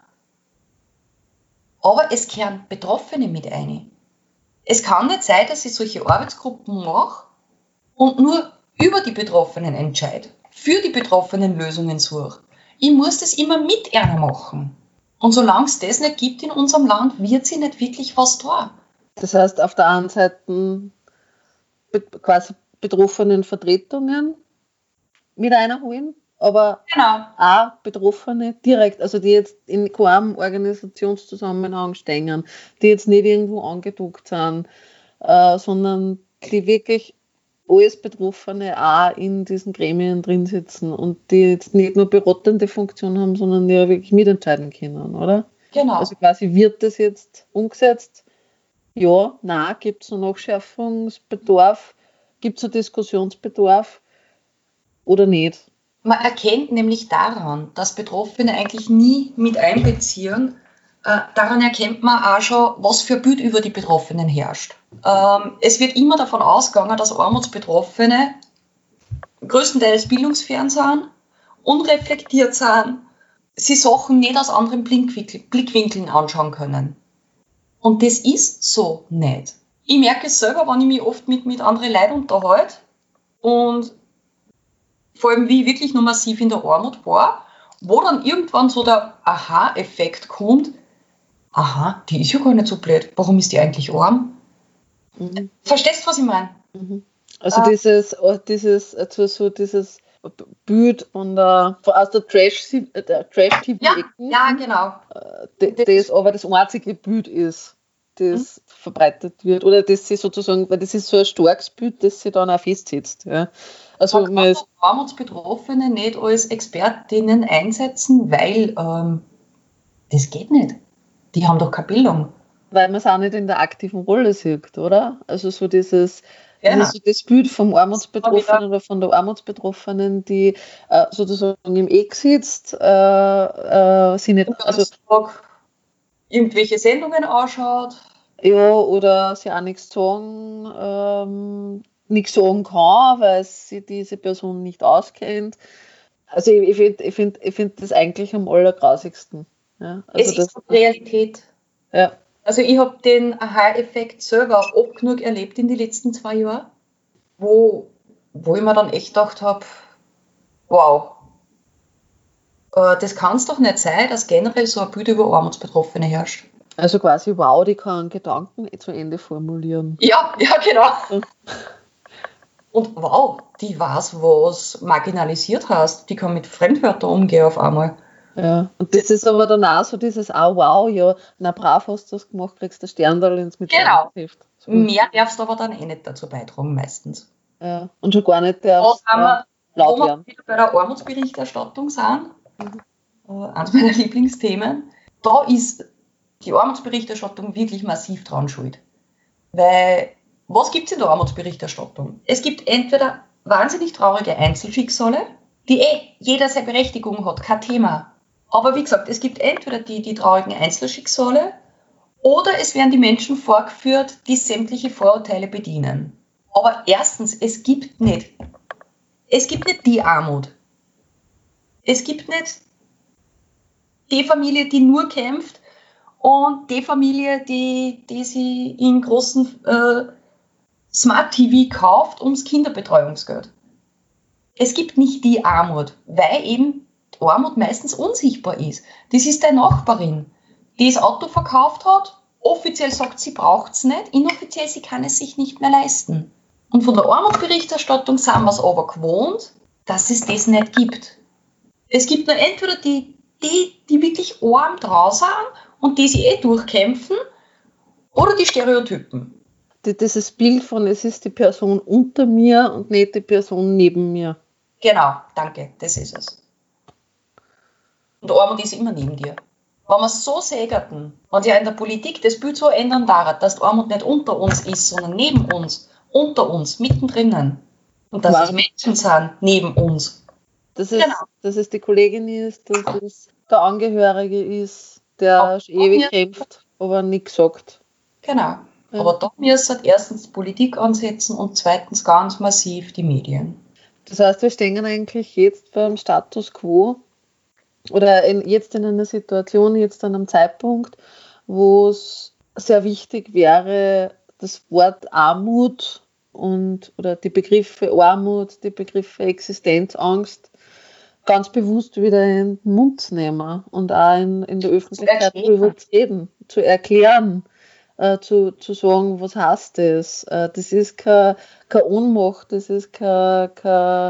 aber es kehren Betroffene mit ein. Es kann nicht sein, dass ich solche Arbeitsgruppen mache und nur über die Betroffenen entscheide, für die Betroffenen Lösungen suche. Ich muss das immer mit einer machen. Und solange es das nicht gibt in unserem Land, wird sie nicht wirklich was tun. Das heißt, auf der einen Seite be- quasi betroffenen Vertretungen mit einholen, aber Genau. auch Betroffene direkt, also die jetzt in keinem Organisationszusammenhang stehen, die jetzt nicht irgendwo angedockt sind, äh, sondern die wirklich alles Betroffene auch in diesen Gremien drin sitzen und die jetzt nicht nur beratende Funktion haben, sondern die ja wirklich mitentscheiden können, oder? Genau. Also quasi wird das jetzt umgesetzt? Ja, nein, gibt es noch Nachschärfungsbedarf? Gibt es einen Diskussionsbedarf oder nicht? Man erkennt nämlich daran, dass Betroffene eigentlich nie mit einbeziehen, äh, daran erkennt man auch schon, was für ein Bild über die Betroffenen herrscht. Ähm, es wird immer davon ausgegangen, dass Armutsbetroffene größtenteils bildungsfern sind, unreflektiert sind, sie Sachen nicht aus anderen Blickwinkel, Blickwinkeln anschauen können. Und das ist so nicht. Ich merke es selber, wenn ich mich oft mit, mit anderen Leuten unterhalte und vor allem, wie ich wirklich noch massiv in der Armut war, wo dann irgendwann so der Aha-Effekt kommt, aha, die ist ja gar nicht so blöd, warum ist die eigentlich arm? Mhm. Verstehst du, was ich meine? Mhm. Also Ah. dieses, dieses, also so dieses Bild von der, von aus der Trash-T V Ja, Ecken, ja, genau. das, das aber das einzige Bild ist, das mhm. verbreitet wird, oder das sie sozusagen, weil das ist so ein starkes Bild, das sie dann auch festsetzt. Ja. Also Man man kann Armutsbetroffene nicht als Expertinnen einsetzen, weil ähm, das geht nicht. Die haben doch keine Bildung. Weil man es auch nicht in der aktiven Rolle sieht, oder? Also so dieses, Genau. dieses so das Bild vom Armutsbetroffenen oder von der Armutsbetroffenen, die äh, sozusagen im Eck sitzt, äh, äh, sie nicht, also irgendwelche Sendungen anschaut. Ja, oder sie auch nichts sagen, ähm, nichts sagen kann, weil sie diese Person nicht auskennt. Also ich, ich finde ich find, ich find das eigentlich am allergrausigsten. Ja, also es das, ist Realität. Ja. Also ich habe den Aha-Effekt selber oft genug erlebt in den letzten zwei Jahren, wo, wo ich mir dann echt gedacht habe, wow, äh, das kann es doch nicht sein, dass generell so ein Bild über Armutsbetroffene herrscht. Also quasi, wow, die kann Gedanken zu Ende formulieren. Ja, ja, genau. Und wow, die weiß, was marginalisiert heißt. Die kann mit Fremdwörtern umgehen auf einmal. Ja, und das ist aber dann auch so dieses, ah wow, ja, na brav hast du das gemacht, kriegst du Sterndal ins Genau. Mittelheft. So. Mehr darfst du aber dann eh nicht dazu beitragen, meistens. Ja, und schon gar nicht darfst äh, laut wo wir werden. wieder bei der Armutsberichterstattung sind, mhm. äh, eines meiner Lieblingsthemen, da ist die Armutsberichterstattung wirklich massiv dran schuld. Weil, was gibt es in der Armutsberichterstattung? Es gibt entweder wahnsinnig traurige Einzelschicksale, die eh jeder seine Berechtigung hat, kein Thema. Aber wie gesagt, es gibt entweder die, die traurigen Einzelschicksale oder es werden die Menschen vorgeführt, die sämtliche Vorurteile bedienen. Aber erstens, es gibt nicht, es gibt nicht die Armut. Es gibt nicht die Familie, die nur kämpft und die Familie, die, die sie in großen äh, Smart-T V kauft ums Kinderbetreuungsgeld. Es gibt nicht die Armut, weil eben Armut meistens unsichtbar ist. Das ist deine Nachbarin, die das Auto verkauft hat, offiziell sagt, sie braucht es nicht, inoffiziell, sie kann es sich nicht mehr leisten. Und von der Armutsberichterstattung sind wir es aber gewohnt, dass es das nicht gibt. Es gibt nur entweder die, die, die wirklich arm draußen sind und die sich eh durchkämpfen, oder die Stereotypen. Dieses Bild von, es ist die Person unter mir und nicht die Person neben mir. Genau, danke, das ist es. Und Armut ist immer neben dir. Wenn wir es so sägerten, wenn sich in der Politik das Bild so ändern darf, dass die Armut nicht unter uns ist, sondern neben uns, unter uns, mittendrin. Und dass Wow. es Menschen sind, neben uns. Dass es, Genau. dass es die Kollegin ist, dass es der Angehörige ist, der Auch schon ewig mir- kämpft, aber nichts sagt. Genau. Ja. Aber da müssen erstens die Politik ansetzen und zweitens ganz massiv die Medien. Das heißt, wir stehen eigentlich jetzt beim Status quo oder in, jetzt in einer Situation, jetzt an einem Zeitpunkt, wo es sehr wichtig wäre, das Wort Armut und oder die Begriffe Armut, die Begriffe Existenzangst ganz bewusst wieder in den Mund zu nehmen und auch in, in der Öffentlichkeit erklären. darüber zu reden, zu erklären, äh, zu, zu sagen, was heißt das. Äh, das ist keine, keine Ohnmacht, das ist kein, kein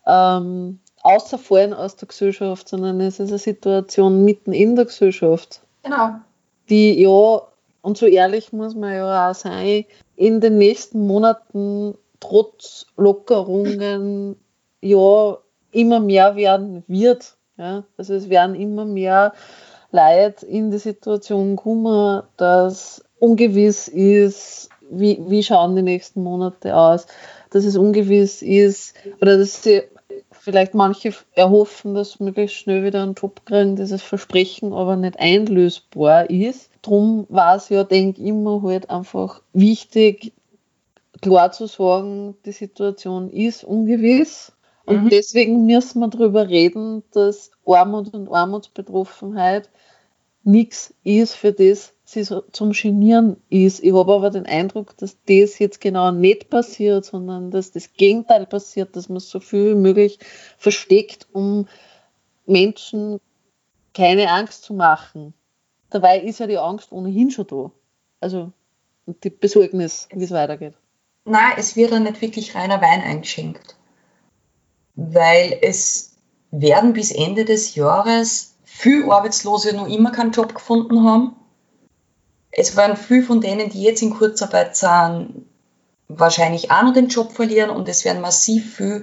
ähm, Außerfallen aus der Gesellschaft, sondern es ist eine Situation mitten in der Gesellschaft, Genau. die ja, und so ehrlich muss man ja auch sein, in den nächsten Monaten trotz Lockerungen ja immer mehr werden wird. Ja? Also es werden immer mehr Leute in die Situation kommen, dass ungewiss ist, wie, wie schauen die nächsten Monate aus, dass es ungewiss ist oder dass sie vielleicht manche erhoffen, dass sie möglichst schnell wieder einen Job kriegen, dieses Versprechen aber nicht einlösbar ist. Drum war es ja, denke ich, immer halt einfach wichtig, klar zu sagen, die Situation ist ungewiss. Und Mhm. deswegen müssen wir darüber reden, dass Armut und Armutsbetroffenheit nichts ist, für das sie so zum Genieren ist. Ich habe aber den Eindruck, dass das jetzt genau nicht passiert, sondern dass das Gegenteil passiert, dass man so viel wie möglich versteckt, um Menschen keine Angst zu machen. Dabei ist ja die Angst ohnehin schon da. Also und die Besorgnis, wie es weitergeht. Nein, es wird dann nicht wirklich reiner Wein eingeschenkt. Weil es werden bis Ende des Jahres viele Arbeitslose noch immer keinen Job gefunden haben. Es werden viele von denen, die jetzt in Kurzarbeit sind, wahrscheinlich auch noch den Job verlieren und es werden massiv viel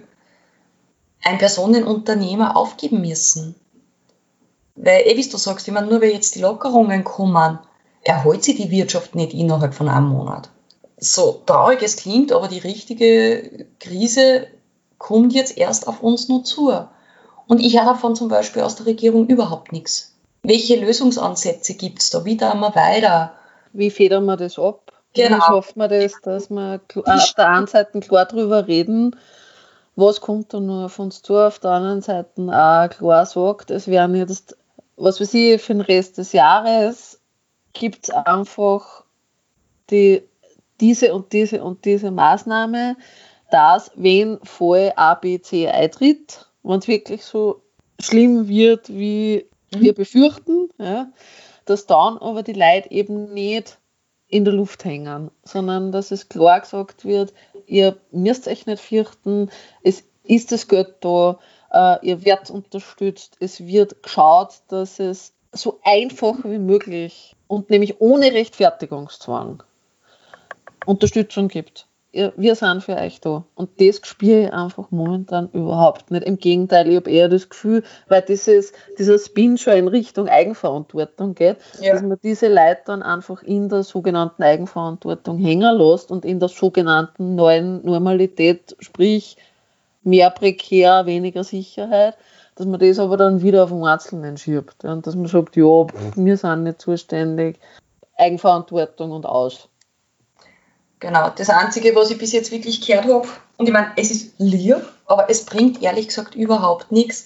Ein-Personen-Unternehmer aufgeben müssen. Weil, eh, wie du sagst, ich meine, nur weil jetzt die Lockerungen kommen, erholt sich die Wirtschaft nicht innerhalb von einem Monat. So traurig es klingt, aber die richtige Krise kommt jetzt erst auf uns nur zu. Und ich habe davon zum Beispiel aus der Regierung überhaupt nichts. Welche Lösungsansätze gibt es da? Wie tun wir weiter? Wie federn wir das ab? Genau. Wie schafft man das, dass wir auf der einen Seite klar drüber reden, was kommt da noch auf uns zu, auf der anderen Seite auch klar sagt, es werden jetzt, was weiß ich, für den Rest des Jahres gibt es einfach die, diese und diese und diese Maßnahme, dass, wenn Fall A, B, C eintritt, wenn es wirklich so schlimm wird, wie Mhm. wir befürchten, ja, dass dann aber die Leute eben nicht in der Luft hängen, sondern dass es klar gesagt wird, ihr müsst euch nicht fürchten, es ist das Geld da, äh, ihr werdet unterstützt, es wird geschaut, dass es so einfach wie möglich und nämlich ohne Rechtfertigungszwang Unterstützung gibt. Ihr, wir sind für euch da. Und das spüre ich einfach momentan überhaupt nicht. Im Gegenteil, ich habe eher das Gefühl, weil dieses, dieser Spin schon in Richtung Eigenverantwortung geht, Ja. dass man diese Leute dann einfach in der sogenannten Eigenverantwortung hängen lässt und in der sogenannten neuen Normalität, sprich mehr prekär, weniger Sicherheit, dass man das aber dann wieder auf den Einzelnen schiebt. Ja, und dass man sagt, ja, pff, wir sind nicht zuständig, Eigenverantwortung und aus. Genau, das Einzige, was ich bis jetzt wirklich gehört habe, und ich meine, es ist lieb, aber es bringt ehrlich gesagt überhaupt nichts,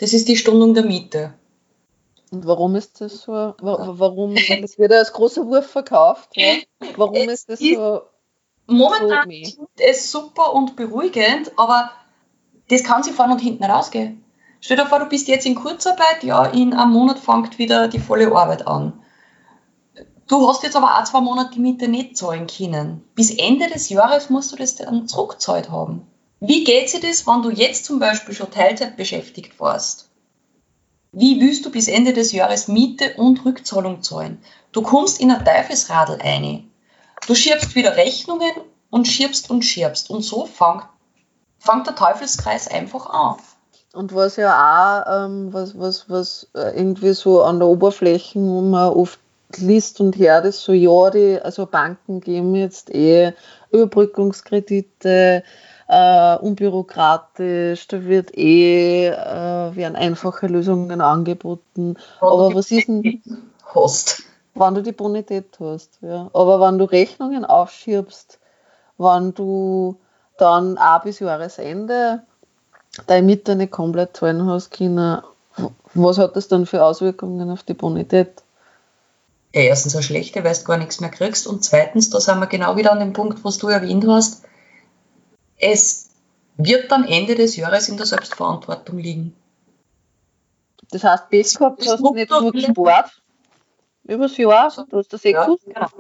Das ist die Stundung der Miete. Und warum ist das so? Wa- Warum? Weil das wird ja als großer Wurf verkauft. Ja? Warum Es ist das ist so? Momentan so weh? klingt es super und beruhigend, aber das kann sich vorne und hinten nicht ausgehen. Stell dir vor, du bist jetzt in Kurzarbeit, ja, in einem Monat fängt wieder die volle Arbeit an. Du hast jetzt aber auch zwei Monate die Miete nicht zahlen können. Bis Ende des Jahres musst du das dann zurückgezahlt haben. Wie geht sich das, wenn du jetzt zum Beispiel schon Teilzeit beschäftigt warst? Wie willst du bis Ende des Jahres Miete und Rückzahlung zahlen? Du kommst in ein Teufelsradl rein. Du schiebst wieder Rechnungen und schiebst und schiebst. Und so fängt, fängt der Teufelskreis einfach an. Und was ja auch, ähm, was, was, was äh, irgendwie so an der Oberfläche, wo man oft liest und hört, ist so, ja, die, also Banken geben jetzt eh Überbrückungskredite, äh, unbürokratisch, da wird eh, äh, werden einfache Lösungen angeboten. Wenn Aber du was die ist denn, Bonität hast. wenn du die Bonität hast? Ja. Aber wenn du Rechnungen aufschiebst, wenn du dann auch bis Jahresende deine Miete nicht komplett zahlen hast können, was hat das dann für Auswirkungen auf die Bonität? Ja, erstens eine schlechte, weil du gar nichts mehr kriegst. Und zweitens, da sind wir genau wieder an dem Punkt, was du erwähnt hast, es wird dann Ende des Jahres in der Selbstverantwortung liegen. Das heißt, Pech gehabt hast du nicht nur gespart übers Jahr, du hast das eh Ja, gewusst. genau.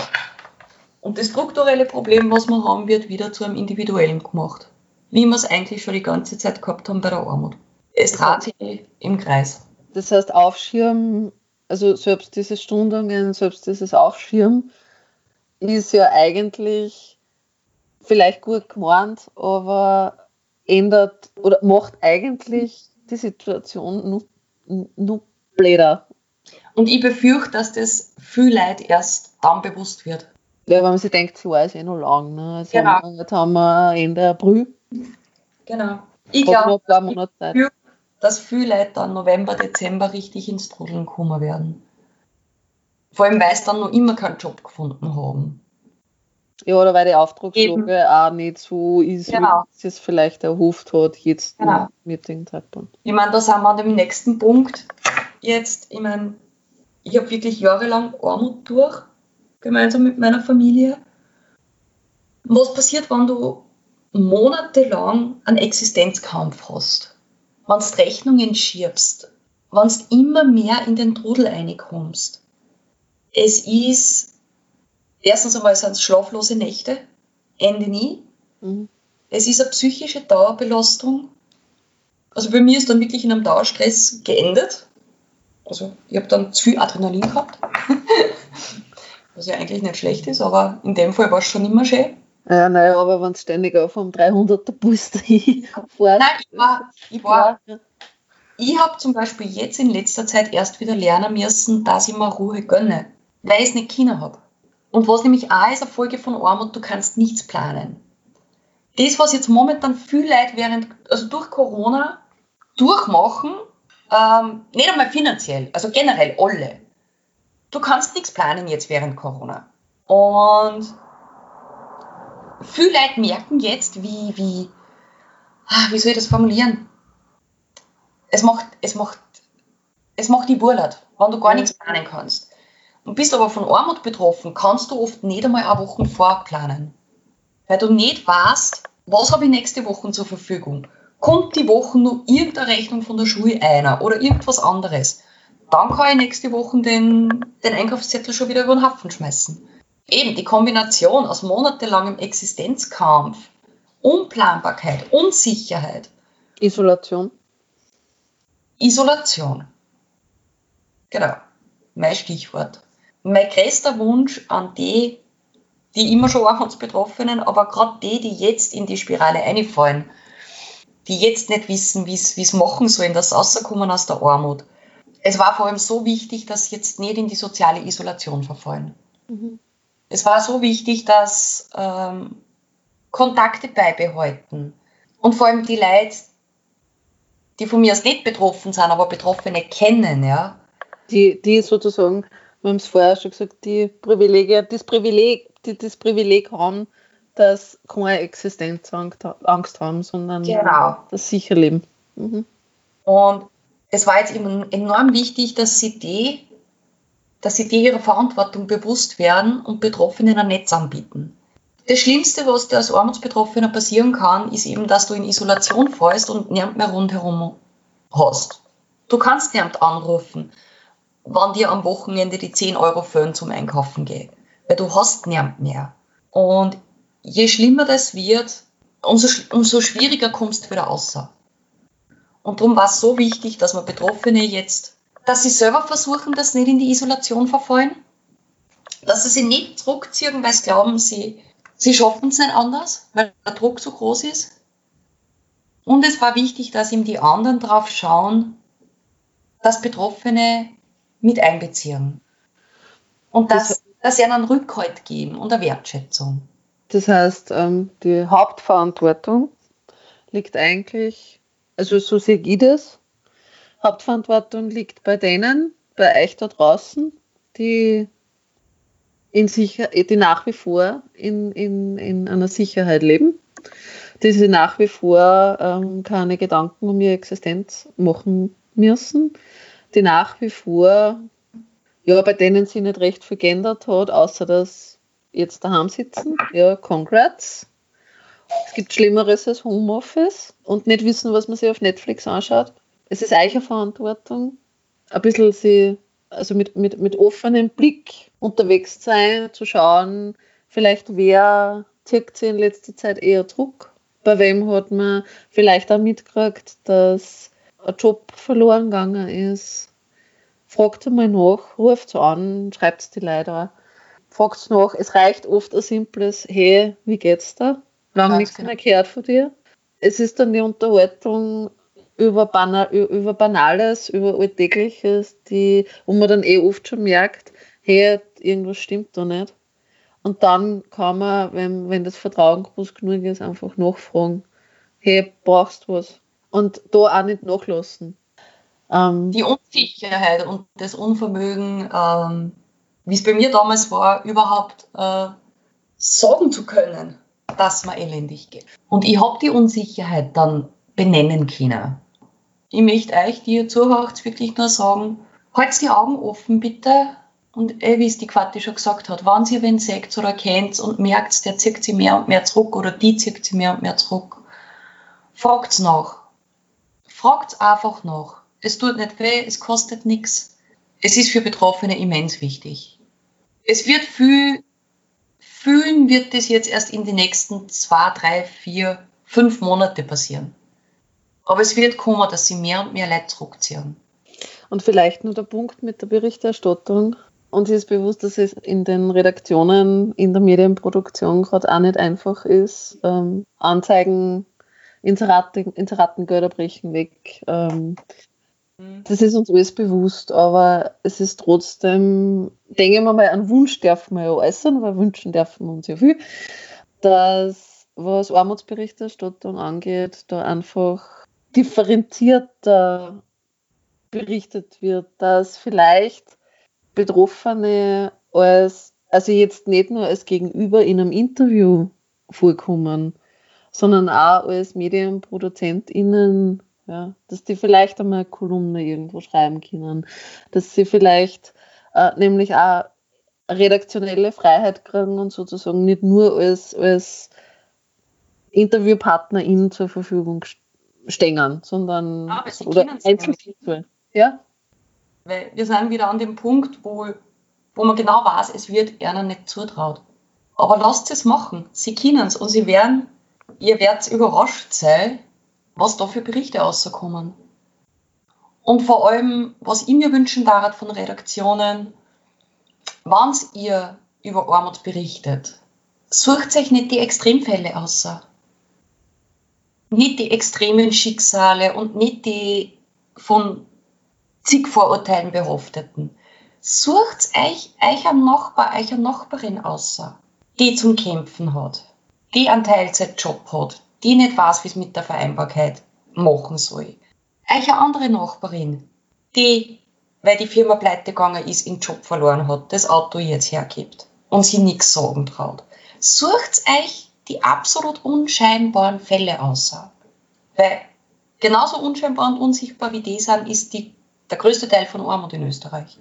Und das strukturelle Problem, was wir haben, wird wieder zu einem individuellen gemacht. Wie wir es eigentlich schon die ganze Zeit gehabt haben bei der Armut. Es dreht sich im Kreis. Das heißt, Aufschirmen, also selbst diese Stundungen, selbst dieses Aufschirmen ist ja eigentlich vielleicht gut gemeint, aber ändert oder macht eigentlich die Situation nur, nur blöder. Und ich befürchte, dass das viel Leid erst dann bewusst wird. Ja, wenn man sich denkt, das Jahr ist eh noch lang. Ne? Also Genau. haben wir, jetzt haben wir Ende April. Genau. Ich Hat noch glaube, ein paar Monate Zeit. dass viele Leute dann November, Dezember richtig ins Trudeln kommen werden. Vor allem, weil sie dann noch immer keinen Job gefunden haben. Ja, oder weil die Auftragslage auch nicht so ist, Genau. wie es vielleicht erhofft hat, jetzt Genau. mit dem Zeitpunkt. Ich meine, da sind wir an dem nächsten Punkt. Jetzt, ich meine, ich habe wirklich jahrelang Armut durch, gemeinsam mit meiner Familie. Was passiert, wenn du monatelang einen Existenzkampf hast? Wenn du Rechnungen schiebst, wenn du immer mehr in den Trudel reinkommst? Es ist, erstens einmal sind es schlaflose Nächte, Ende nie. Mhm. Es ist eine psychische Dauerbelastung. Also bei mir ist dann wirklich in einem Dauerstress geendet. Also ich habe dann zu viel Adrenalin gehabt, was ja eigentlich nicht schlecht ist, aber in dem Fall war es schon immer schön. Ja, nein, aber wenn es ständig auf um dreihunderter Puls fährt. Nein, ich war, ich war, ich habe zum Beispiel jetzt in letzter Zeit erst wieder lernen müssen, dass ich mir Ruhe gönne, weil ich es nicht Kinder habe. Und was nämlich auch ist eine Folge von Armut, du kannst nichts planen. Das, was jetzt momentan viele Leute während, also durch Corona durchmachen, ähm, nicht einmal finanziell, also generell alle. Du kannst nichts planen jetzt während Corona. Und viele Leute merken jetzt, wie, wie, ah, wie soll ich das formulieren? Es macht, es macht, es macht die Burlert, wenn du gar nichts planen kannst. Und bist aber von Armut betroffen, kannst du oft nicht einmal eine Woche vorplanen. Weil du nicht weißt, was habe ich nächste Woche zur Verfügung. Kommt die Woche noch irgendeine Rechnung von der Schule einer oder irgendwas anderes, dann kann ich nächste Woche den, den Einkaufszettel schon wieder über den Haufen schmeißen. Eben die Kombination aus monatelangem Existenzkampf, Unplanbarkeit, Unsicherheit. Isolation. Isolation. Genau, mein Stichwort. Mein größter Wunsch an die, die immer schon Armutsbetroffenen, aber gerade die, die jetzt in die Spirale reinfallen, die jetzt nicht wissen, wie es machen sollen, dass sie rauskommen aus der Armut. Es war vor allem so wichtig, dass sie jetzt nicht in die soziale Isolation verfallen. Mhm. Es war so wichtig, dass ähm, Kontakte beibehalten. Und vor allem die Leute, die von mir aus nicht betroffen sind, aber Betroffene kennen, ja. Die, die sozusagen, wir haben es vorher schon gesagt, die Privilegien, das Privileg, die das Privileg haben, dass keine Existenzangst Angst haben, sondern Genau. das sicher leben. Mhm. Und es war jetzt eben enorm wichtig, dass sie die, dass sie die ihrer Verantwortung bewusst werden und Betroffenen ein Netz anbieten. Das Schlimmste, was dir als Armutsbetroffener passieren kann, ist eben, dass du in Isolation fällst und niemand mehr rundherum hast. Du kannst niemand anrufen, wann dir am Wochenende die zehn Euro fehlen zum Einkaufen gehen, weil du hast niemand mehr. Und je schlimmer das wird, umso, umso schwieriger kommst du wieder raus. Und darum war es so wichtig, dass wir Betroffene jetzt, dass sie selber versuchen, dass sie nicht in die Isolation verfallen, dass sie sich nicht zurückziehen, weil sie glauben, sie, sie schaffen es nicht anders, weil der Druck so groß ist. Und es war wichtig, dass ihm die anderen drauf schauen, dass Betroffene mit einbeziehen. Und dass, das, dass sie einen Rückhalt geben und eine Wertschätzung. Das heißt, die Hauptverantwortung liegt eigentlich, also so sehe ich das, Hauptverantwortung liegt bei denen, bei euch da draußen, die, in sicher, die nach wie vor in, in, in einer Sicherheit leben, die sich nach wie vor ähm, keine Gedanken um ihre Existenz machen müssen, die nach wie vor, ja, bei denen sich nicht recht viel geändert hat, außer dass jetzt daheim sitzen, ja, congrats. Es gibt Schlimmeres als Homeoffice und nicht wissen, was man sich auf Netflix anschaut. Es ist eure Verantwortung, ein bisschen sie, also mit, mit, mit offenem Blick unterwegs zu sein, zu schauen, vielleicht wer zieht sich in letzter Zeit eher Druck, bei wem hat man vielleicht auch mitgekriegt, dass ein Job verloren gegangen ist. Fragt einmal nach, ruft an, schreibt die Leute an. Fragt nach, es reicht oft ein simples, hey, wie geht's da? Lange nichts mehr gehört von dir. Es ist dann die Unterhaltung über, Banal, über Banales, über Alltägliches, die, wo man dann eh oft schon merkt, hey, irgendwas stimmt da nicht. Und dann kann man, wenn, wenn das Vertrauen groß genug ist, einfach nachfragen, hey, brauchst du was? Und da auch nicht nachlassen. Ähm, die Unsicherheit und das Unvermögen, ähm, wie es bei mir damals war, überhaupt äh, sagen zu können, dass mir elendig geht. Und ich habe die Unsicherheit dann benennen können. Ich möchte euch, die ihr zuhört, wirklich nur sagen, haltet die Augen offen, bitte. Und eh, wie es die Quatti schon gesagt hat, wenn ihr wen seht oder kennt und merkt, der zieht sich mehr und mehr zurück oder die zieht sich mehr und mehr zurück, fragt's nach. Fragt's einfach nach. Es tut nicht weh, es kostet nichts. Es ist für Betroffene immens wichtig. Es wird viel, fühlen wird das jetzt erst in den nächsten zwei, drei, vier, fünf Monate passieren. Aber es wird kommen, dass sie mehr und mehr Leute zurückziehen. Und vielleicht nur der Punkt mit der Berichterstattung. Und sie ist bewusst, dass es in den Redaktionen, in der Medienproduktion gerade auch nicht einfach ist. Ähm, Anzeigen, Inseraten, Inseratengelder brechen weg. Ähm, das ist uns alles bewusst, aber es ist trotzdem, denken wir mal, einen Wunsch dürfen wir ja äußern, weil wünschen dürfen wir uns ja viel, dass, was Armutsberichterstattung angeht, da einfach differenzierter berichtet wird, dass vielleicht Betroffene als, also jetzt nicht nur als Gegenüber in einem Interview vorkommen, sondern auch als MedienproduzentInnen, ja, dass die vielleicht einmal eine Kolumne irgendwo schreiben können, dass sie vielleicht äh, nämlich auch redaktionelle Freiheit kriegen und sozusagen nicht nur als, als InterviewpartnerIn zur Verfügung stehen, sondern Aber sie oder Einzeltitel. Ja? Weil wir sind wieder an dem Punkt, wo, wo man genau weiß, es wird einer nicht zutraut. Aber lasst es machen. Sie können es und sie werden, ihr werdet überrascht sein, was da für Berichte rauskommen. Und vor allem, was ich mir wünschen darf von Redaktionen, wenn ihr über Armut berichtet, sucht euch nicht die Extremfälle aus. Nicht die extremen Schicksale und nicht die von zig Vorurteilen behafteten. Sucht euch euch einen Nachbar, euch eine Nachbarin aus, die zum Kämpfen hat, die einen Teilzeitjob hat, die nicht weiß, wie es mit der Vereinbarkeit machen soll. Euch eine andere Nachbarin, die, weil die Firma pleite gegangen ist, ihren Job verloren hat, das Auto jetzt hergibt und sie nichts sagen traut. Sucht euch die absolut unscheinbaren Fälle aus. Weil Genauso unscheinbar und unsichtbar wie die sind, ist die, der größte Teil von Armut in Österreich.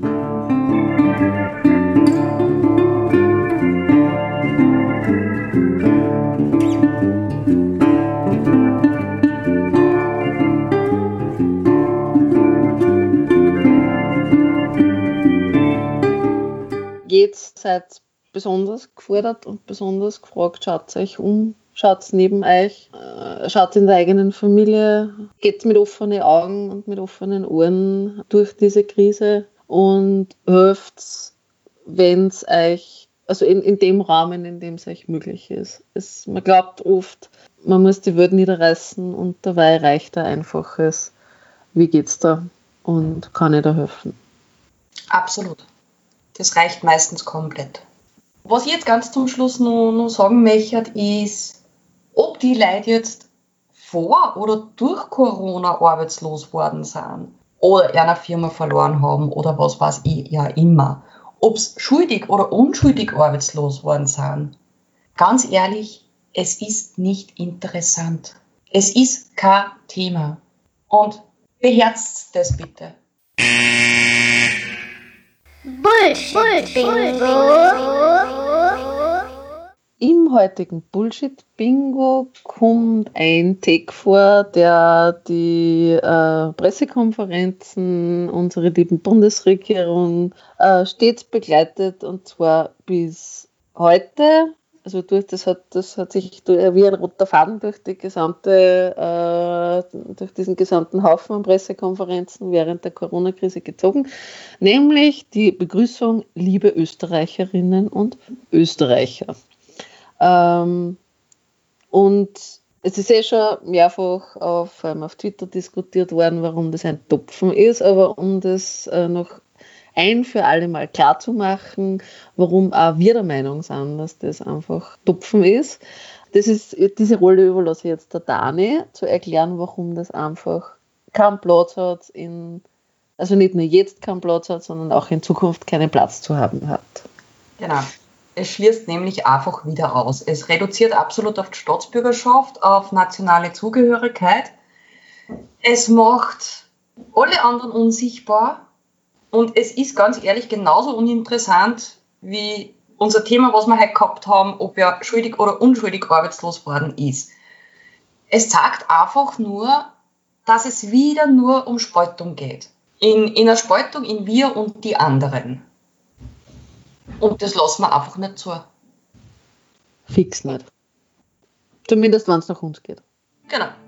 Jetzt seid besonders gefordert und besonders gefragt, schaut euch um, schaut neben euch, äh, schaut in der eigenen Familie, geht mit offenen Augen und mit offenen Ohren durch diese Krise und helft, wenn es euch, also in, in dem Rahmen, in dem es euch möglich ist. Es, man glaubt oft, man muss die Welt niederreißen und dabei reicht ein einfaches, wie geht's da und kann ich da helfen? Absolut. Das reicht meistens komplett. Was ich jetzt ganz zum Schluss noch, noch sagen möchte, ist, ob die Leute jetzt vor oder durch Corona arbeitslos worden sind oder eine Firma verloren haben oder was weiß ich ja immer. Ob es schuldig oder unschuldig arbeitslos worden sind. Ganz ehrlich, es ist nicht interessant. Es ist kein Thema. Und beherzt das bitte. Bullshit-Bingo. Im heutigen Bullshit-Bingo kommt ein Take vor, der die äh, Pressekonferenzen unserer lieben Bundesregierung äh, stets begleitet, und zwar bis heute. Also durch das hat das hat sich wie ein roter Faden durch die gesamte, äh, durch diesen gesamten Haufen an Pressekonferenzen während der Corona-Krise gezogen, nämlich die Begrüßung, liebe Österreicherinnen und Österreicher. Ähm, und es ist eh schon mehrfach auf, ähm, auf Twitter diskutiert worden, warum das ein Topfen ist, aber um das äh, noch ein für alle Mal klar zu machen, warum auch wir der Meinung sind, dass das einfach Topfen ist. Das ist, diese Rolle überlasse ich jetzt der Dani, zu erklären, warum das einfach keinen Platz hat, in, also nicht nur jetzt keinen Platz hat, sondern auch in Zukunft keinen Platz zu haben hat. Genau. Es schließt nämlich einfach wieder aus. Es reduziert absolut auf die Staatsbürgerschaft, auf nationale Zugehörigkeit. Es macht alle anderen unsichtbar. Und es ist ganz ehrlich genauso uninteressant wie unser Thema, was wir heute gehabt haben, ob er schuldig oder unschuldig arbeitslos worden ist. Es zeigt einfach nur, dass es wieder nur um Spaltung geht. In, in einer Spaltung in wir und die anderen. Und das lassen wir einfach nicht zu. Fix nicht. Zumindest, wenn es nach uns geht. Genau.